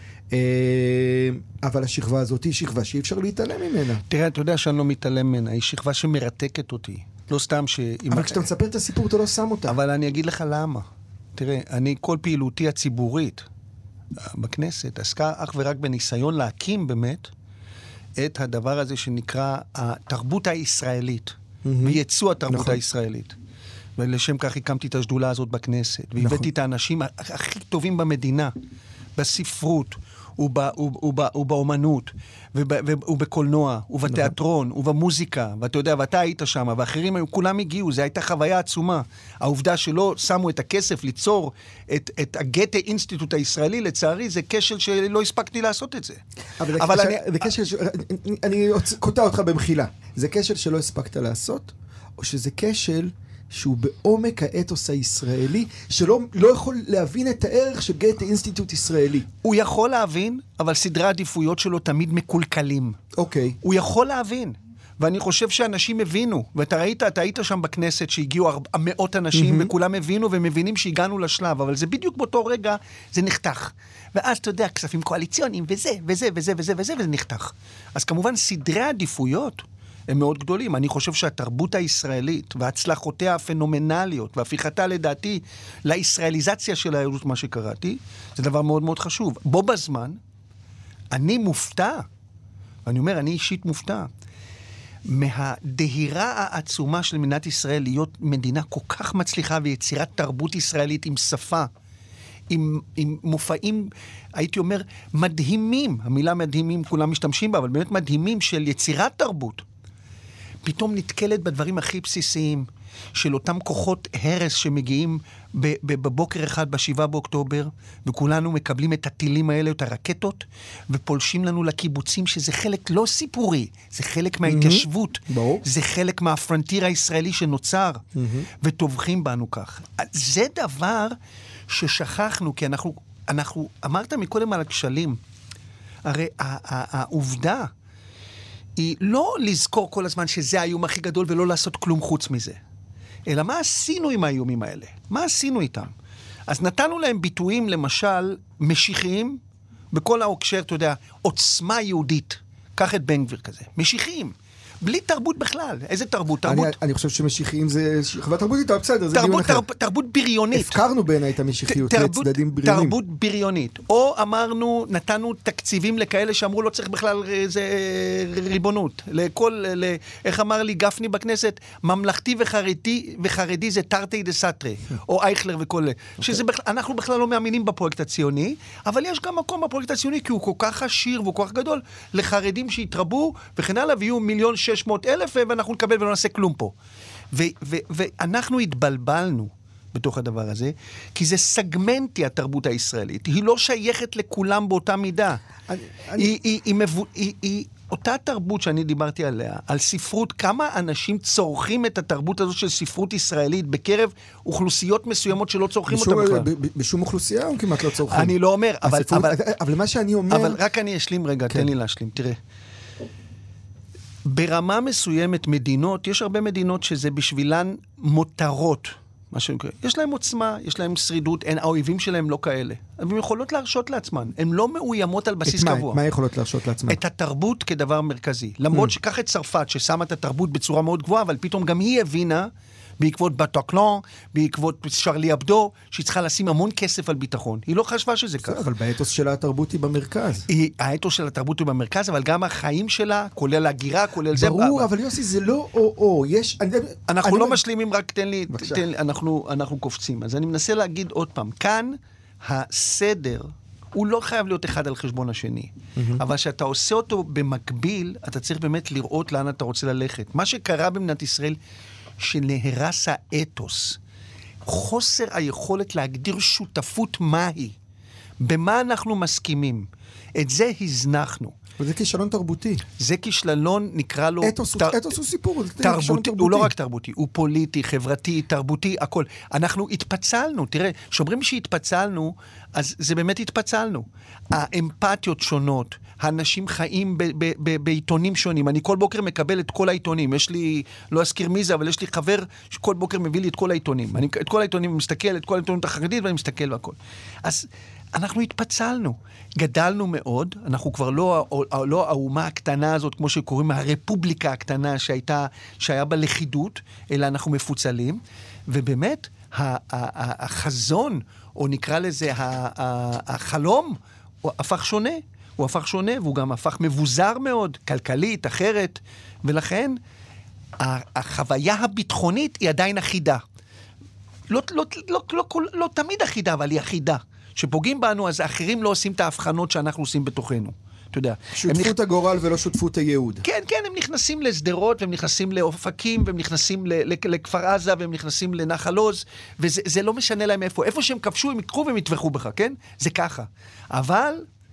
אבל השכבה הזאת היא שכבה שאי אפשר להתעלם ממנה. תראה, אתה יודע שאני לא מתעלם ממנה, היא שכבה שמרתקת אותי. לא סתם ש... אבל כשאתה מספר את הסיפור, אתה לא שם אותה. אבל אני אגיד לך למה. תראה, אני, כל פעילותי הציבורית בכנסת עסקה אך ורק בניסיון להקים באמת את הדבר הזה שנקרא התרבות הישראלית, וייצוא התרבות הישראלית. ולשם כך הקמתי את השדולה הזאת בכנסת, והבאתי את האנשים הכי טובים במדינה, בספרות, ובאומנות, ובקולנוע, ובתיאטרון, ובמוזיקה, ואתה יודע, ואתה היית שם, ואחרים היו, כולם הגיעו, זו הייתה חוויה עצומה. העובדה שלא שמו את הכסף ליצור את, את הגתה אינסטיטוט הישראלי, לצערי, זה כשל שלא הספקתי לעשות את זה. אבל, אבל אני... זה כשל ש... אני קוטע אותך במחילה. זה כשל שלא הספקת לעשות, או שזה כשל שהוא בעומק האתוס הישראלי, שלא לא יכול להבין את הערך של גתה אינסטיטוט ישראלי. הוא יכול להבין, אבל סדרי העדיפויות שלו תמיד מקולקלים. אוקיי. הוא יכול להבין. ואני חושב שאנשים הבינו, ואתה ראית, אתה היית שם בכנסת שהגיעו הרבה, מאות אנשים, mm-hmm. וכולם הבינו ומבינים שהגענו לשלב, אבל זה בדיוק באותו רגע, זה נחתך. ואז אתה יודע, כספים קואליציוניים, וזה, וזה, וזה, וזה, וזה, וזה נחתך. אז כמובן, סדרי העדיפויות הם מאוד גדולים. אני חושב שהתרבות הישראלית, והצלחותיה הפנומנליות, והפיכתה לדעתי, לישראליזציה של היהדות, מה שקראתי, זה דבר מאוד מאוד חשוב. בו בזמן, אני מופתע, אני אומר, אני אישית מופתע, מהדהירה העצומה של מדינת ישראל להיות מדינה כל כך מצליחה ויצירת תרבות ישראלית עם שפה, עם, עם מופעים, הייתי אומר, מדהימים, המילה מדהימים כולם משתמשים בה, אבל באמת מדהימים של יצירת תרבות. פתאום נתקלת בדברים הכי בסיסיים של אותם כוחות הרס שמגיעים בבוקר אחד בשבעה באוקטובר, וכולנו מקבלים את הטילים האלה, את הרקטות, ופולשים לנו לקיבוצים, שזה חלק לא סיפורי, זה חלק מההתיישבות, זה חלק מהפרנטיר הישראלי שנוצר, וטובחים בנו כך. זה דבר ששכחנו, כי אנחנו, אנחנו אמרת מקודם על הכשלים, הרי העובדה היא לא לזכור כל הזמן שזה האיום הכי גדול ולא לעשות כלום חוץ מזה. אלא מה עשינו עם האיומים האלה? מה עשינו איתם? אז נתנו להם ביטויים, למשל, משיחיים, בכל ההקשר, אתה יודע, עוצמה יהודית. קח את בן גביר כזה. משיחיים. בלי תרבות בכלל. איזה תרבות? תרבות... אני, אני חושב שמשיחיים זה שכבה תרבותית, בסדר, זה תרבות, דיון אחר. תרב, תרבות בריונית. הפקרנו בעיניי את המשיחיות תרבות, לצדדים בריונים. תרבות בריונית. או אמרנו, נתנו תקציבים לכאלה שאמרו לא צריך בכלל זה ריבונות. לכל, ל, איך אמר לי גפני בכנסת, ממלכתי וחרדי, וחרדי זה תרתי דה סתרי. או אייכלר וכל זה. Okay. שזה בכלל, אנחנו בכלל לא מאמינים בפרויקט הציוני, אבל יש גם מקום בפרויקט הציוני, כי הוא כל כך עשיר והוא כל כך גדול, לחרדים שהתרבו, וכן הלאה, ויהיו מיליון שש מאות אלף, ואנחנו נקבל ולא נעשה כלום פה. ו- ו- ואנחנו התבלבלנו בתוך הדבר הזה, כי זה סגמנטי התרבות הישראלית. היא לא שייכת לכולם באותה מידה. אני, אני... היא, היא, היא, מבו... היא, היא אותה תרבות שאני דיברתי עליה, על ספרות, כמה אנשים צורכים את התרבות הזו של ספרות ישראלית בקרב אוכלוסיות מסוימות שלא צורכים אותה בכלל. ב- ב- בשום אוכלוסייה הם כמעט לא צורכים. אני לא אומר, אבל... הספרות, אבל, אבל מה שאני אומר... אבל רק אני אשלים רגע, כן. תן לי להשלים, תראה. ברמה מסוימת מדינות, יש הרבה מדינות שזה בשבילן מותרות, מה שנקרא. יש להם עוצמה, יש להם שרידות, אין, האויבים שלהם לא כאלה. אבל הן יכולות להרשות לעצמן. הן לא מאוימות על בסיס מה, קבוע. מה יכולות להרשות לעצמן? את התרבות כדבר מרכזי. למרות mm. שכך את צרפת, ששמה את התרבות בצורה מאוד גבוהה, אבל פתאום גם היא הבינה, בעקבות בטוקלן, בעקבות שרלי אבדו, שהיא צריכה לשים המון כסף על ביטחון. היא לא חשבה שזה כך. אבל באתוס של התרבות היא במרכז. היא, האתוס של התרבות היא במרכז, אבל גם החיים שלה, כולל הגירה, כולל זה... ברור, אבל יוסי, זה לא או-או. יש... אנחנו לא משלימים, רק תן לי... תן לי, אנחנו, אנחנו קופצים. אז אני מנסה להגיד עוד פעם, כאן הסדר... הוא לא חייב להיות אחד על חשבון השני. Mm-hmm. אבל שאתה עושה אותו במקביל, אתה צריך באמת לראות לאן אתה רוצה ללכת. מה שקרה במדינת ישראל, שנהרס האתוס, חוסר היכולת להגדיר שותפות מהי, במה אנחנו מסכימים, את זה הזנחנו. וזה כישלון תרבותי. זה כישלון, נקרא לו... אתוס, תר... אתוס הוא סיפור, זה תרבותי, כישלון תרבותי. הוא לא רק תרבותי, הוא פוליטי, חברתי, תרבותי, הכל. אנחנו התפצלנו, תראה, שאומרים שהתפצלנו, אז זה באמת התפצלנו. האמפתיות שונות, האנשים חיים ב- ב- ב- בעיתונים שונים. אני כל בוקר מקבל את כל העיתונים. יש לי, לא אזכיר מי זה, אבל יש לי חבר שכל בוקר מביא לי את כל העיתונים. אני את כל העיתונים מסתכל, את כל העיתונים החרדית, ואני מסתכל והכל. אז אנחנו התפצלנו. גדלנו מאוד, אנחנו כבר לא, לא האומה הקטנה הזאת, כמו שקוראים, הרפובליקה הקטנה שהייתה, שהיה בה לכידות, אלא אנחנו מפוצלים, ובאמת, החזון, או נקרא לזה, החלום, הוא הפך שונה. הוא הפך שונה, והוא גם הפך מבוזר מאוד, כלכלית, אחרת, ולכן, החוויה הביטחונית היא עדיין אחידה. לא, לא, לא, לא, לא, לא תמיד אחידה, אבל היא אחידה. שפוגעים בנו, אז האחרים לא עושים את ההבחנות שאנחנו עושים בתוכנו. אתה יודע. שותפות נכ... הגורל ולא שותפות הייעוד. כן, כן, הם נכנסים לשדרות, והם נכנסים לאופקים, והם נכנסים לכפר עזה, והם נכנסים לנחל עוז, וזה לא משנה להם איפה. איפה שהם כבשו, הם יקחו והם יטבחו בך, כן? זה ככה. אבל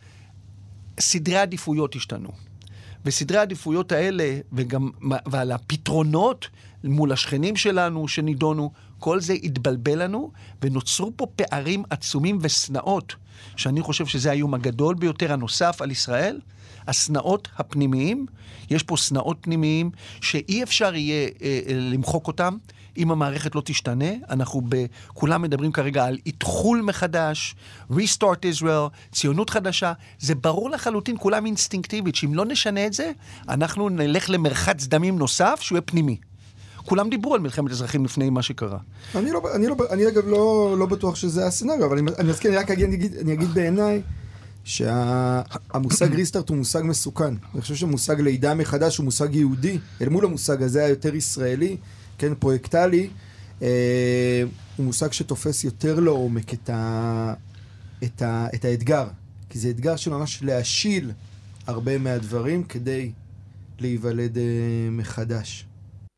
סדרי העדיפויות השתנו. וסדרי העדיפויות האלה, וגם, ועל הפתרונות מול השכנים שלנו שנידונו, כל זה התבלבל לנו, ונוצרו פה פערים עצומים וסנאות, שאני חושב שזה האיום הגדול ביותר הנוסף על ישראל, הסנאות הפנימיים. יש פה סנאות פנימיים שאי אפשר יהיה אה, למחוק אותם, אם המערכת לא תשתנה. אנחנו בכולם מדברים כרגע על התחול מחדש, restart Israel, ציונות חדשה. זה ברור לחלוטין, כולם אינסטינקטיבית, שאם לא נשנה את זה, אנחנו נלך למרחץ דמים נוסף, שהוא יהיה פנימי. כולם דיברו על מלחמת אזרחים לפני מה שקרה. אני לא, אני לא, אני אגב לא, לא בטוח שזה הסצנריו, אבל אני, אני מסכים, אני רק אגיד, אני אגיד בעיניי, שהמושג ריסטארט הוא מושג מסוכן. אני חושב שמושג לידה מחדש הוא מושג יהודי, אל מול המושג הזה היותר ישראלי, כן, פרויקטלי, אה, הוא מושג שתופס יותר לעומק את, ה, את, ה, את האתגר. כי זה אתגר שממש להשיל הרבה מהדברים כדי להיוולד אה, מחדש.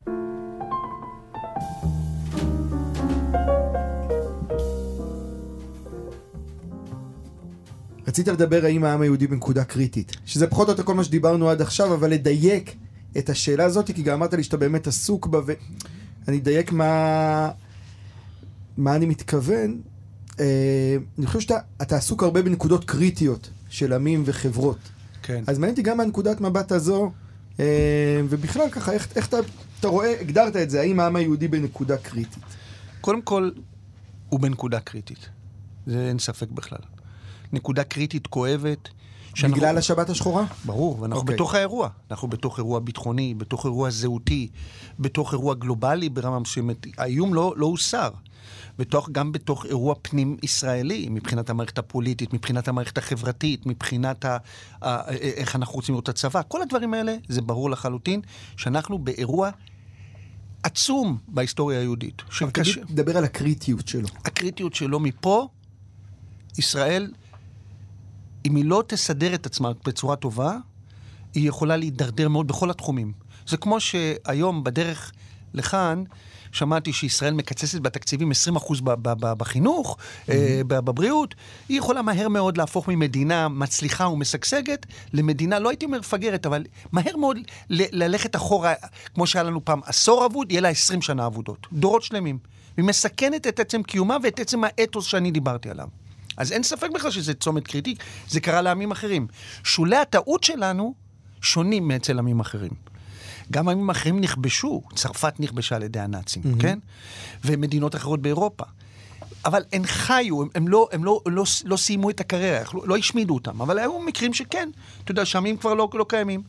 רצית לדבר האם העם היהודי בנקודה קריטית, שזה פחות או יותר כל מה שדיברנו עד עכשיו, אבל לדייק את השאלה הזאת, כי גם אמרת לי שאתה באמת עסוק בה, ואני אדייק מה, מה אני מתכוון. אה, אני חושב שאתה אתה עסוק הרבה בנקודות קריטיות של עמים וחברות. כן. אז מעניין אותי גם מהנקודת מבט הזו, אה, ובכלל ככה, איך, איך אתה, אתה רואה, הגדרת את זה, האם העם היהודי בנקודה קריטית? קודם כל, הוא בנקודה קריטית. זה אין ספק בכלל. נקודה קריטית כואבת. שאנחנו... בגלל השבת השחורה? ברור, ואנחנו okay. בתוך האירוע. אנחנו בתוך אירוע ביטחוני, בתוך אירוע זהותי, בתוך אירוע גלובלי ברמה מסוימת. האיום לא, לא הוסר. בתוך, גם בתוך אירוע פנים ישראלי, מבחינת המערכת הפוליטית, מבחינת המערכת החברתית, מבחינת ה, ה, איך אנחנו רוצים לראות את הצבא. כל הדברים האלה, זה ברור לחלוטין, שאנחנו באירוע עצום בהיסטוריה היהודית. שקש... תגיד, דבר על הקריטיות שלו. הקריטיות שלו מפה, ישראל... אם היא לא תסדר את עצמה בצורה טובה, היא יכולה להידרדר מאוד בכל התחומים. זה כמו שהיום בדרך לכאן, שמעתי שישראל מקצצת בתקציבים עשרים אחוז בחינוך, בבריאות, היא יכולה מהר מאוד להפוך ממדינה מצליחה ומשגשגת, למדינה, לא הייתי אומר פגרת, אבל מהר מאוד ללכת אחורה, כמו שהיה לנו פעם עשור אבוד, יהיה לה עשרים שנה אבודות, דורות שלמים. היא מסכנת את עצם קיומה ואת עצם האתוס שאני דיברתי עליו. אז אין ספק בכלל שזה צומת קריטי, זה קרה לעמים אחרים. שולי הטעות שלנו שונים מאצל עמים אחרים. גם עמים אחרים נכבשו, צרפת נכבשה על ידי הנאצים, mm-hmm. כן? ומדינות אחרות באירופה. אבל הם חיו, הם, הם, לא, הם לא, לא, לא סיימו את הקריירה, לא, לא השמידו אותם, אבל היו מקרים שכן, אתה יודע, שעמים כבר לא, לא קיימים.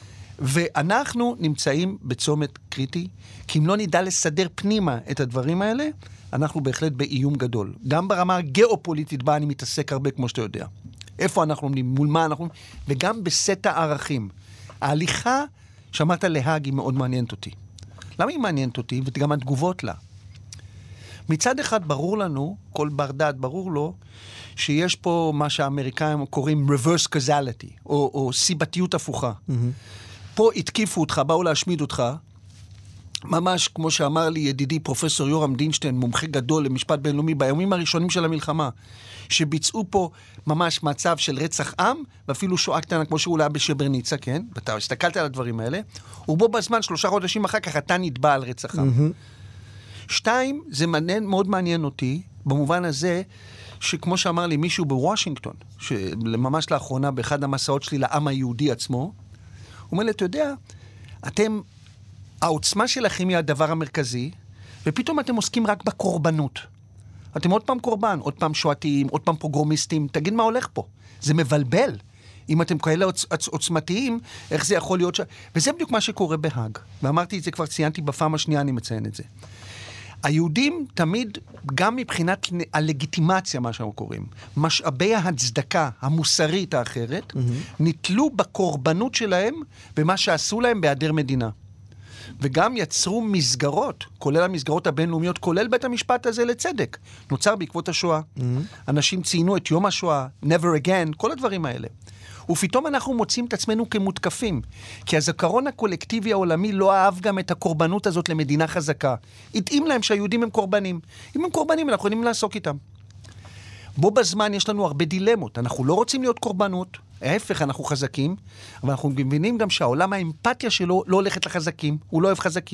ואנחנו נמצאים בצומת קריטי, כי אם לא נדע לסדר פנימה את הדברים האלה, אנחנו בהחלט באיום גדול. גם ברמה הגיאופוליטית בה אני מתעסק הרבה, כמו שאתה יודע. איפה אנחנו עומדים, מול מה אנחנו עומדים, וגם בסט הערכים. ההליכה שאמרת להג היא מאוד מעניינת אותי. למה היא מעניינת אותי? וגם התגובות לה. מצד אחד ברור לנו, כל בר דעת ברור לו, שיש פה מה שהאמריקאים קוראים reverse causality, או, או סיבתיות הפוכה. Mm-hmm. פה התקיפו אותך, באו להשמיד אותך, ממש כמו שאמר לי ידידי פרופסור יורם דינשטיין, מומחה גדול למשפט בינלאומי, ביומים הראשונים של המלחמה, שביצעו פה ממש מצב של רצח עם, ואפילו שואה קטנה כמו שאולי בשברניצה, כן? ואתה הסתכלת על הדברים האלה, ובו בזמן, שלושה חודשים אחר כך, אתה נתבע על רצח עם. Mm-hmm. שתיים, זה מעניין, מאוד מעניין אותי, במובן הזה, שכמו שאמר לי מישהו בוושינגטון, שממש לאחרונה, באחד המסעות שלי לעם היהודי עצמו, הוא אומר לי, אתה יודע, אתם... העוצמה שלכם היא הדבר המרכזי, ופתאום אתם עוסקים רק בקורבנות. אתם עוד פעם קורבן, עוד פעם שואתיים, עוד פעם פוגרומיסטים, תגיד מה הולך פה. זה מבלבל. אם אתם כאלה עוצ... עוצמתיים, איך זה יכול להיות ש... וזה בדיוק מה שקורה בהאג. ואמרתי את זה, כבר ציינתי בפעם השנייה, אני מציין את זה. היהודים תמיד, גם מבחינת הלגיטימציה, מה שאנחנו קוראים, משאבי ההצדקה המוסרית האחרת, mm-hmm. נתלו בקורבנות שלהם, במה שעשו להם בהיעדר מדינה. וגם יצרו מסגרות, כולל המסגרות הבינלאומיות, כולל בית המשפט הזה לצדק. נוצר בעקבות השואה. Mm-hmm. אנשים ציינו את יום השואה, never again, כל הדברים האלה. ופתאום אנחנו מוצאים את עצמנו כמותקפים, כי הזכרון הקולקטיבי העולמי לא אהב גם את הקורבנות הזאת למדינה חזקה. התאים להם שהיהודים הם קורבנים. אם הם קורבנים, אנחנו יכולים לעסוק איתם. בו בזמן יש לנו הרבה דילמות. אנחנו לא רוצים להיות קורבנות, ההפך, אנחנו חזקים, אבל אנחנו מבינים גם שהעולם האמפתיה שלו לא הולכת לחזקים, הוא לא אוהב חזקים.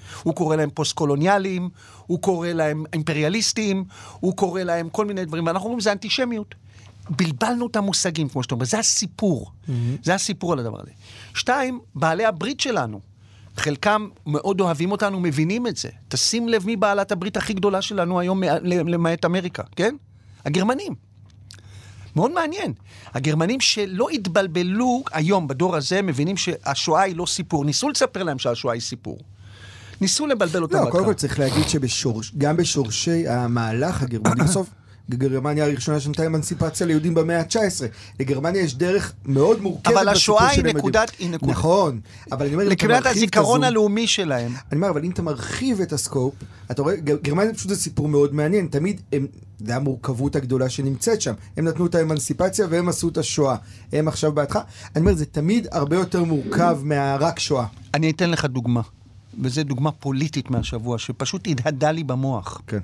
הוא קורא להם פוסט-קולוניאליים, הוא קורא להם אימפריאליסטים, הוא קורא להם כל מיני דברים, ואנחנו אומרים, זה אנטישמיות. בלבלנו את המושגים, כמו שאתה אומר, זה הסיפור. Mm-hmm. זה הסיפור על הדבר הזה. שתיים, בעלי הברית שלנו, חלקם מאוד אוהבים אותנו, מבינים את זה. תשים לב מי בעלת הברית הכי גדולה שלנו היום, למעט אמריקה, כן? הגרמנים. מאוד מעניין. הגרמנים שלא התבלבלו היום בדור הזה, מבינים שהשואה היא לא סיפור. ניסו לספר להם שהשואה היא סיפור. ניסו לבלבל אותם. לא, קודם כל צריך להגיד שגם בשורשי המהלך הגרמני, בסוף, גרמניה הראשונה שנתה אמנסיפציה ליהודים במאה ה-תשע עשרה. לגרמניה יש דרך מאוד מורכבת. אבל השואה היא נקודת, היא נקודת. נכון. אבל אני אומר, לקראת הזיכרון הלאומי שלהם. אני אומר, אבל אם אתה מרחיב את הסקופ, אתה רואה, גרמניה פשוט זה סיפור מאוד מעניין. תמיד, הם, זה המורכבות הגדולה שנמצאת שם. הם נתנו את האמנסיפציה והם עשו את השואה. הם עכשיו בהתחלה. אני אומר, זה תמיד הרבה יותר מורכב מהרק שואה. אני אתן לך דוגמה. וזו דוגמה פוליטית מהשבוע, שפשוט הדהדה לי במוח. כן.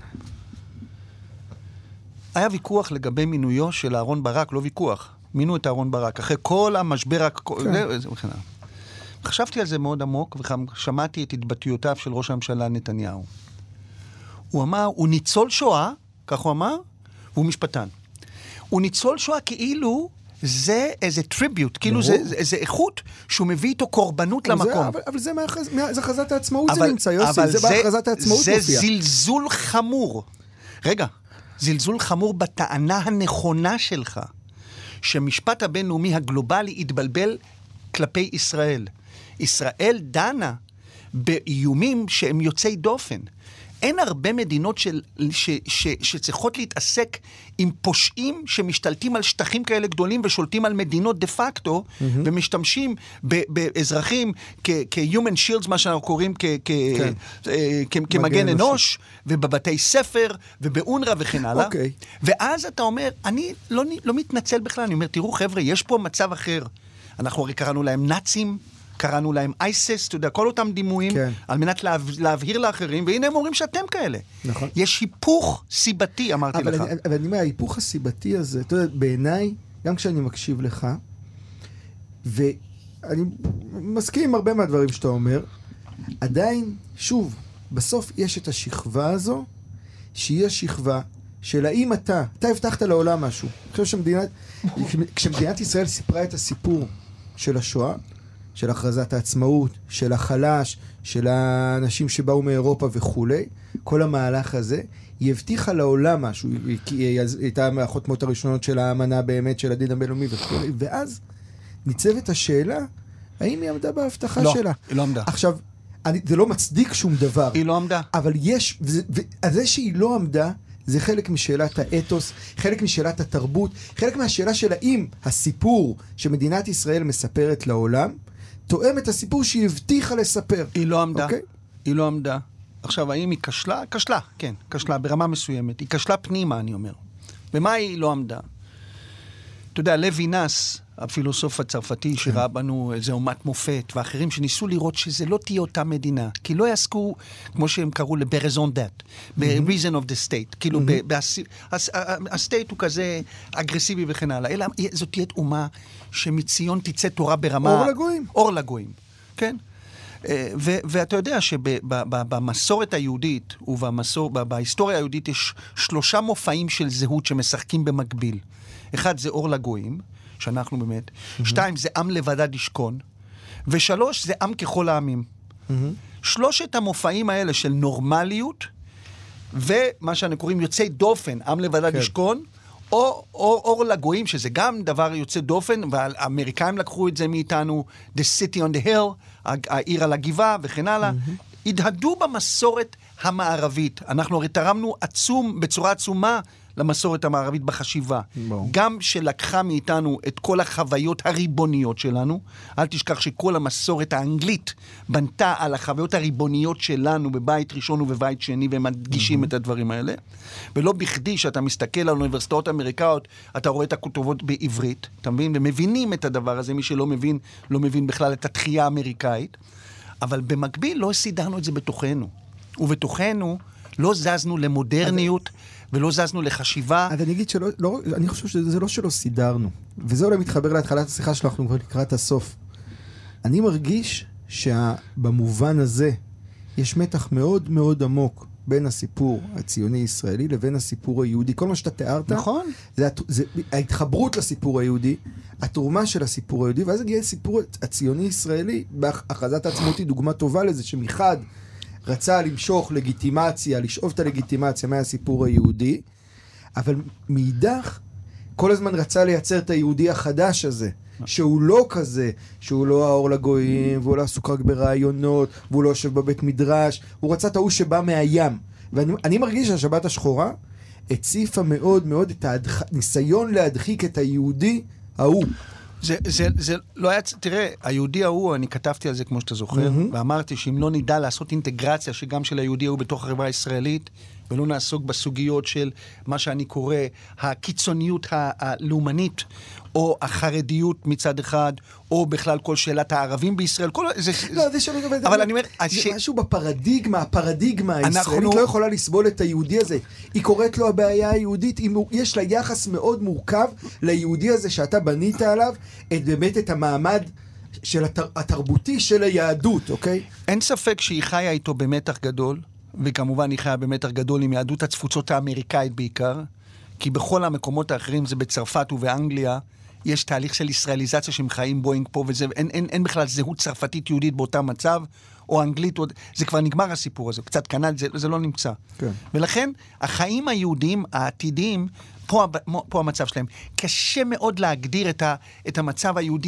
היה ויכוח לגבי מינויו של אהרון ברק, לא ויכוח, מינו את אהרון ברק, אחרי כל המשבר, כן. חשבתי על זה מאוד עמוק, ושמעתי את התבטאויותיו של ראש הממשלה נתניהו. הוא אמר, הוא ניצול שואה, כך הוא אמר, והוא משפטן. הוא ניצול שואה כאילו זה איזה טריביוט, כאילו זה, זה, זה איכות שהוא מביא איתו קורבנות למקום. זה, אבל, אבל זה מאחז, זה הכרזת העצמאות, אבל, זה נמצא, יוסי, זה בהכרזת העצמאות מופיע. זה זלזול חמור. רגע, זלזול חמור בטענה הנכונה שלך, שמשפט הבינלאומי הגלובלי התבלבל כלפי ישראל. ישראל דנה באיומים שהם יוצאי דופן. אין הרבה מדינות של, ש, ש, שצריכות להתעסק עם פושעים שמשתלטים על שטחים כאלה גדולים ושולטים על מדינות דה פקטו, mm-hmm. ומשתמשים ב, באזרחים כ-human shields, מה שאנחנו קוראים כ, כ, כן. כ, כ, כמגן אנוש, ובבתי ספר, ובאונרה וכן הלאה. Okay. ואז אתה אומר, אני לא, לא מתנצל בכלל, אני אומר, תראו חבר'ה, יש פה מצב אחר. אנחנו הרי קראנו להם נאצים, קראנו להם אייסס, אתה יודע, כל אותם דימויים, כן. על מנת לה, להבהיר לאחרים, והנה הם אומרים שאתם כאלה. נכון. יש היפוך סיבתי, אמרתי אבל לך. אני, אבל אני אומר, ההיפוך הסיבתי הזה, אתה יודע, בעיניי, גם כשאני מקשיב לך, ואני מסכים עם הרבה מהדברים שאתה אומר, עדיין, שוב, בסוף יש את השכבה הזו, שהיא השכבה של האם אתה, אתה הבטחת לעולם משהו. אני חושב שמדינת, כשמדינת ישראל סיפרה את הסיפור של השואה, של הכרזת העצמאות, של החלש, של האנשים שבאו מאירופה וכו', כל המהלך הזה, היא הבטיחה לעולם משהו, היא הייתה מהחותמות הראשונות של האמנה באמת, של הדין הבינלאומי וכו', ואז ניצבת השאלה, האם היא עמדה בהבטחה לא, שלה? לא, היא לא עמדה. עכשיו, אני, זה לא מצדיק שום דבר. היא לא עמדה. אבל יש, וזה שהיא לא עמדה, זה חלק משאלת האתוס, חלק משאלת התרבות, חלק מהשאלה של האם הסיפור שמדינת ישראל מספרת לעולם, תואם את הסיפור שהיא הבטיחה לספר. היא לא עמדה. Okay? היא לא עמדה. עכשיו, האם היא כשלה? כשלה, כן. כשלה, ברמה מסוימת. היא כשלה פנימה, אני אומר. ומה היא לא עמדה? אתה יודע, לוי נס, הפילוסוף הצרפתי, שראה בנו איזה אומת מופת, ואחרים שניסו לראות שזה לא תהיה אותה מדינה, כי לא יעסקו, כמו שהם קראו, ב-raison d'être, ב-reason of the state, כאילו, הסטייט הוא כזה אגרסיבי וכן הלאה, אלא זאת תהיה אומה שמציון תצא תורה ברמה... אור לגויים. אור לגויים, כן? ואתה יודע שבמסורת היהודית ובהיסטוריה היהודית יש שלושה מופעים של זהות שמשחקים במקביל. אחד זה אור לגויים, שאנחנו באמת, mm-hmm. שתיים זה עם לבדד ישכון, ושלוש זה עם ככל העמים. Mm-hmm. שלושת המופעים האלה של נורמליות, ומה שאנחנו קוראים יוצאי דופן, עם לבדד כן. ישכון, או אור, אור לגויים, שזה גם דבר יוצא דופן, והאמריקאים לקחו את זה מאיתנו, The City on the Hill, העיר על הגבעה וכן הלאה, mm-hmm. הדהדו במסורת המערבית. אנחנו הרי תרמנו עצום, בצורה עצומה, למסורת המערבית בחשיבה. בוא. גם שלקחה מאיתנו את כל החוויות הריבוניות שלנו, אל תשכח שכל המסורת האנגלית בנתה על החוויות הריבוניות שלנו בבית ראשון ובבית שני, והם מדגישים mm-hmm. את הדברים האלה. ולא בכדי שאתה מסתכל על אוניברסיטאות אמריקאיות, אתה רואה את הכתובות בעברית, אתה מבין? ומבינים את הדבר הזה, מי שלא מבין, לא מבין בכלל את התחייה האמריקאית. אבל במקביל לא סידרנו את זה בתוכנו. ובתוכנו לא זזנו למודרניות, ולא זזנו לחשיבה. אז אני אגיד שלא, לא, אני חושב שזה לא שלא סידרנו. וזה אולי מתחבר להתחלת השיחה שאנחנו כבר לקראת הסוף. אני מרגיש שבמובן הזה, יש מתח מאוד מאוד עמוק בין הסיפור הציוני-ישראלי לבין הסיפור היהודי. כל מה שאתה תיארת, נכון. זה, זה ההתחברות לסיפור היהודי, התרומה של הסיפור היהודי, ואז הגיע הסיפור הציוני-ישראלי, בהכרזת העצמאות היא דוגמה טובה לזה, שמחד רצה למשוך לגיטימציה, לשאוב את הלגיטימציה מהסיפור היהודי, אבל מאידך, כל הזמן רצה לייצר את היהודי החדש הזה, שהוא לא כזה, שהוא לא האור לגויים, והוא לא עסוק רק ברעיונות, והוא לא יושב בבית מדרש, הוא רצה את ההוא שבא מהים. ואני אני מרגיש שהשבת השחורה הציפה מאוד מאוד את הניסיון להדחיק את היהודי ההוא. זה, זה, זה לא היה, תראה, היהודי ההוא, אני כתבתי על זה כמו שאתה זוכר, mm-hmm. ואמרתי שאם לא נדע לעשות אינטגרציה שגם של היהודי ההוא בתוך החברה הישראלית, ולא נעסוק בסוגיות של מה שאני קורא הקיצוניות הלאומנית, או החרדיות מצד אחד, או בכלל כל שאלת הערבים בישראל, כל זה... לא, זה שלא... אבל אני אומר... זה משהו בפרדיגמה, הפרדיגמה הישראלית לא יכולה לסבול את היהודי הזה. היא קוראת לו הבעיה היהודית, יש לה יחס מאוד מורכב ליהודי הזה שאתה בנית עליו, באמת את המעמד של התרבותי של היהדות, אוקיי? אין ספק שהיא חיה איתו במתח גדול, וכמובן היא חיה במתח גדול עם יהדות התפוצות האמריקאית בעיקר, כי בכל המקומות האחרים, זה בצרפת ובאנגליה, יש תהליך של ישראליזציה שהם חיים בוינג פה, וזה, אין, אין, אין בכלל זהות צרפתית יהודית באותה מצב, או אנגלית, או, זה כבר נגמר הסיפור הזה, קצת קנד, זה, זה לא נמצא. כן. ולכן, החיים היהודיים העתידיים, פה, פה המצב שלהם, קשה מאוד להגדיר את, ה, את המצב היהודי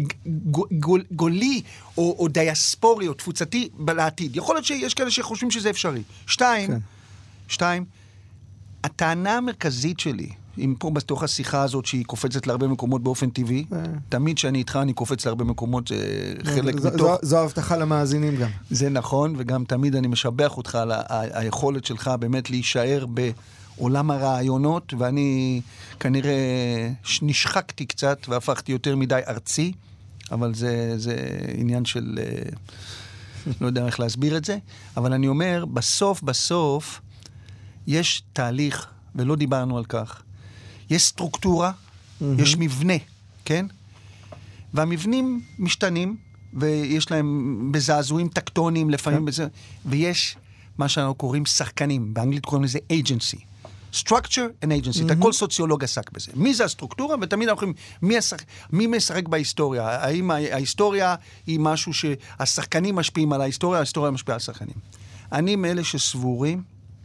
כגולי, או, או דיאספורי, או תפוצתי לעתיד. יכול להיות שיש כאלה שחושבים שזה אפשרי. שתיים, כן. שתיים, הטענה המרכזית שלי, אם פה בתוך השיחה הזאת שהיא קופצת להרבה מקומות באופן טבעי, תמיד שאני איתך אני קופץ להרבה מקומות, זה חלק מתוך... זו הבטחה למאזינים גם. זה נכון, וגם תמיד אני משבח אותך על היכולת שלך באמת להישאר בעולם הרעיונות, ואני כנראה נשחקתי קצת והפכתי יותר מדי ארצי, אבל זה, זה עניין של... לא יודע איך להסביר את זה, אבל אני אומר, בסוף, בסוף, יש תהליך, ולא דיברנו על כך, יש סטרוקטורה, mm-hmm. יש מבנה, כן? והמבנים משתנים, ויש להם בזעזועים טקטוניים לפעמים, בזה, ויש מה שאנחנו קוראים שחקנים, באנגלית קוראים לזה agency. structure and agency, mm-hmm. כל סוציולוג עסק בזה. מי זה הסטרוקטורה? ותמיד אנחנו אומרים, מי, השח... מי משחק בהיסטוריה? האם ההיסטוריה היא משהו שהשחקנים משפיעים על ההיסטוריה, ההיסטוריה משפיעה על השחקנים. אני מאלה שסבורים,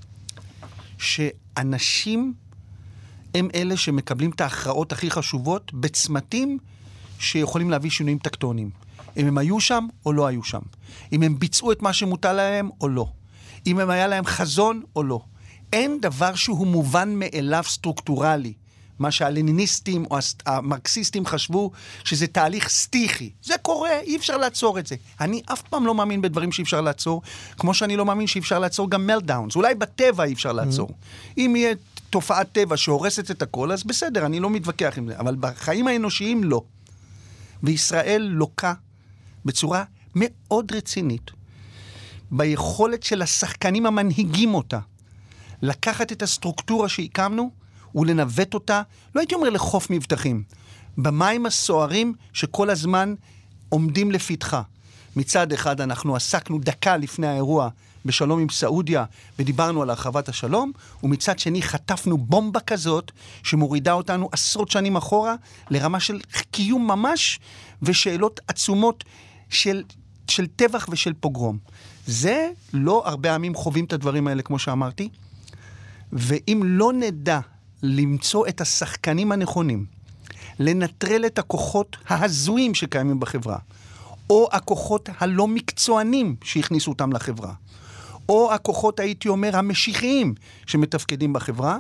שאנשים הם אלה שמקבלים את ההכרעות הכי חשובות בצמתים שיכולים להביא שינויים טקטוניים. אם הם היו שם או לא היו שם. אם הם ביצעו את מה שמוטל להם או לא. אם הם היה להם חזון או לא. אין דבר שהוא מובן מאליו סטרוקטורלי. מה שהלניניסטים או המרקסיסטים חשבו שזה תהליך סטיחי. זה קורה, אי אפשר לעצור את זה. אני אף פעם לא מאמין בדברים שאי אפשר לעצור, כמו שאני לא מאמין שאי אפשר לעצור גם מלדאונס. אולי בטבע אי אפשר לעצור. Mm-hmm. אם יהיה תופעת טבע שהורסת את הכל, אז בסדר, אני לא מתווכח עם זה. אבל בחיים האנושיים לא. וישראל לוקה בצורה מאוד רצינית, ביכולת של השחקנים המנהיגים אותה, לקחת את הסטרוקטורה שהקמנו, ולנווט אותה, לא הייתי אומר לחוף מבטחים, במים הסוערים שכל הזמן עומדים לפתחה. מצד אחד אנחנו עסקנו דקה לפני האירוע בשלום עם סעודיה, ודיברנו על הרחבת השלום, ומצד שני חטפנו בומבה כזאת, שמורידה אותנו עשרות שנים אחורה, לרמה של קיום ממש, ושאלות עצומות של, של טבח ושל פוגרום. זה לא הרבה עמים חווים את הדברים האלה, כמו שאמרתי, ואם לא נדע למצוא את השחקנים הנכונים, לנטרל את הכוחות ההזויים שקיימים בחברה, או הכוחות הלא מקצוענים שהכניסו אותם לחברה, או הכוחות, הייתי אומר, המשיחיים שמתפקדים בחברה,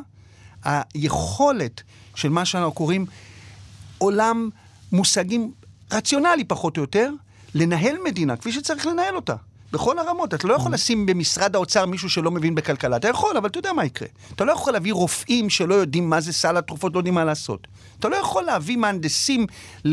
היכולת של מה שאנחנו קוראים עולם מושגים רציונלי פחות או יותר, לנהל מדינה כפי שצריך לנהל אותה. בכל הרמות. אתה לא יכול לשים במשרד האוצר מישהו שלא מבין בכלכלה. אתה יכול, אבל אתה יודע מה יקרה. אתה לא יכול להביא רופאים שלא יודעים מה זה סל התרופות, לא יודעים מה לעשות. אתה לא יכול להביא מהנדסים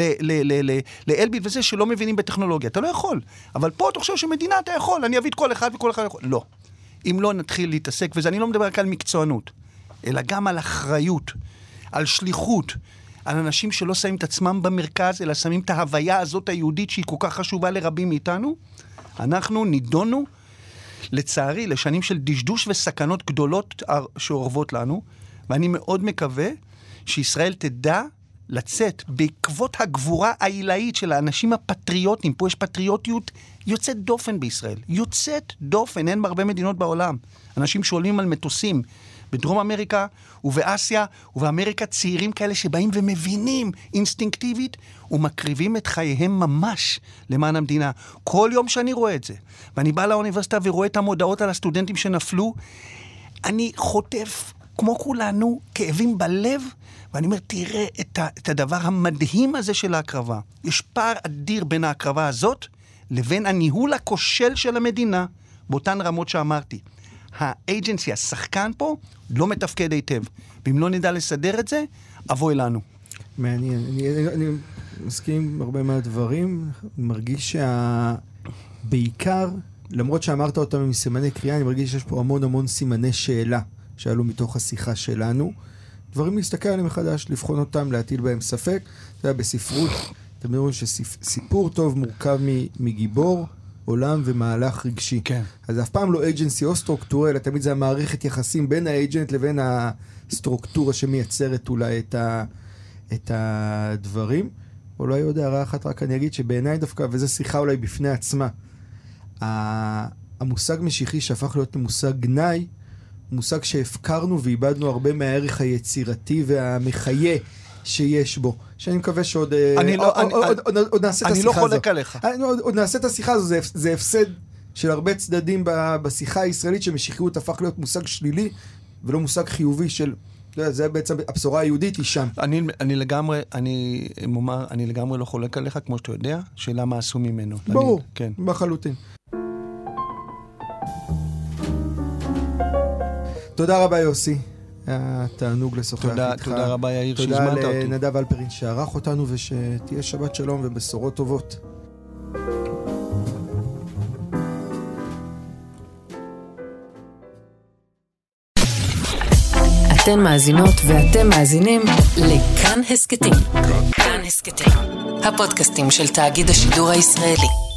לאלביט וזה שלא מבינים בטכנולוגיה. אתה לא יכול. אבל פה אתה חושב שמדינה אתה יכול. אני אביא את כל אחד וכל אחד יכול. לא. אם לא נתחיל להתעסק, וזה אני לא מדבר רק על מקצוענות, אלא גם על אחריות, על שליחות, על אנשים שלא שמים את עצמם במרכז, אלא שמים את ההוויה הזאת היהודית שהיא כל כך חשובה לרבים מאיתנו, אנחנו נידונו לצערי, לשנים של דשדוש וסכנות גדולות שאורבות לנו, ואני מאוד מקווה שישראל תדע לצאת בעקבות הגבורה העילאית של האנשים הפטריוטים. פה יש פטריוטיות יוצאת דופן בישראל. יוצאת דופן, אין בהרבה מדינות בעולם. אנשים שעולים על מטוסים בדרום אמריקה ובאסיה ובאמריקה, צעירים כאלה שבאים ומבינים אינסטינקטיבית ומקריבים את חייהם ממש למען המדינה. כל יום שאני רואה את זה, ואני בא לאוניברסיטה ורואה את המודעות על הסטודנטים שנפלו, אני חוטף כמו כולנו כאבים בלב, ואני אומר, תראה את, ה, את הדבר המדהים הזה של ההקרבה. יש פער אדיר בין ההקרבה הזאת לבין הניהול הכושל של המדינה, באותן רמות שאמרתי. האג'נסי, השחקן פה, לא מתפקד היטב. ואם לא נדע לסדר את זה, אבוי לנו. מעניין. אני, אני, אני מסכים עם הרבה מהדברים. אני מרגיש שבעיקר, למרות שאמרת אותם עם סימני קריאה, אני מרגיש שיש פה המון המון סימני שאלה שעלו מתוך השיחה שלנו. דברים להסתכל עליהם מחדש, לבחון אותם, להטיל בהם ספק. זה היה בספרות. אתם יודעים שסיפור טוב מורכב מגיבור, עולם ומהלך רגשי. כן. אז אף פעם לא אג'נסי או סטרוקטורה, אלא תמיד זה המערכת יחסים בין האג'נט לבין הסטרוקטורה שמייצרת אולי את, ה, את הדברים. אולי עוד הערה אחת, רק אני אגיד שבעיניי דווקא, וזו שיחה אולי בפני עצמה, המושג משיחי שהפך להיות למושג גנאי, מושג שהפקרנו ואיבדנו הרבה מהערך היצירתי והמחיה שיש בו. שאני מקווה שעוד נעשה את השיחה הזו. אני לא חולק עליך. עוד נעשה את השיחה הזו, זה הפסד של הרבה צדדים בשיחה הישראלית, שמשיחיות הפך להיות מושג שלילי, ולא מושג חיובי של, זה בעצם הבשורה היהודית היא שם. אני לגמרי, אני אומר, אני לגמרי לא חולק עליך, כמו שאתה יודע, שאלה מה עשו ממנו. ברור, בחלוטין. תודה רבה יוסי. היה תענוג לשוחח איתך. תודה רבה יאיר שהזמנת אותי. תודה לנדב אלפרין שערך אותנו, ושתהיה שבת שלום ובשורות טובות. אתן מאזינות ואתם מאזינים לכאן הסקטים. כאן הסקטים, הפודקאסטים של תאגיד השידור הישראלי.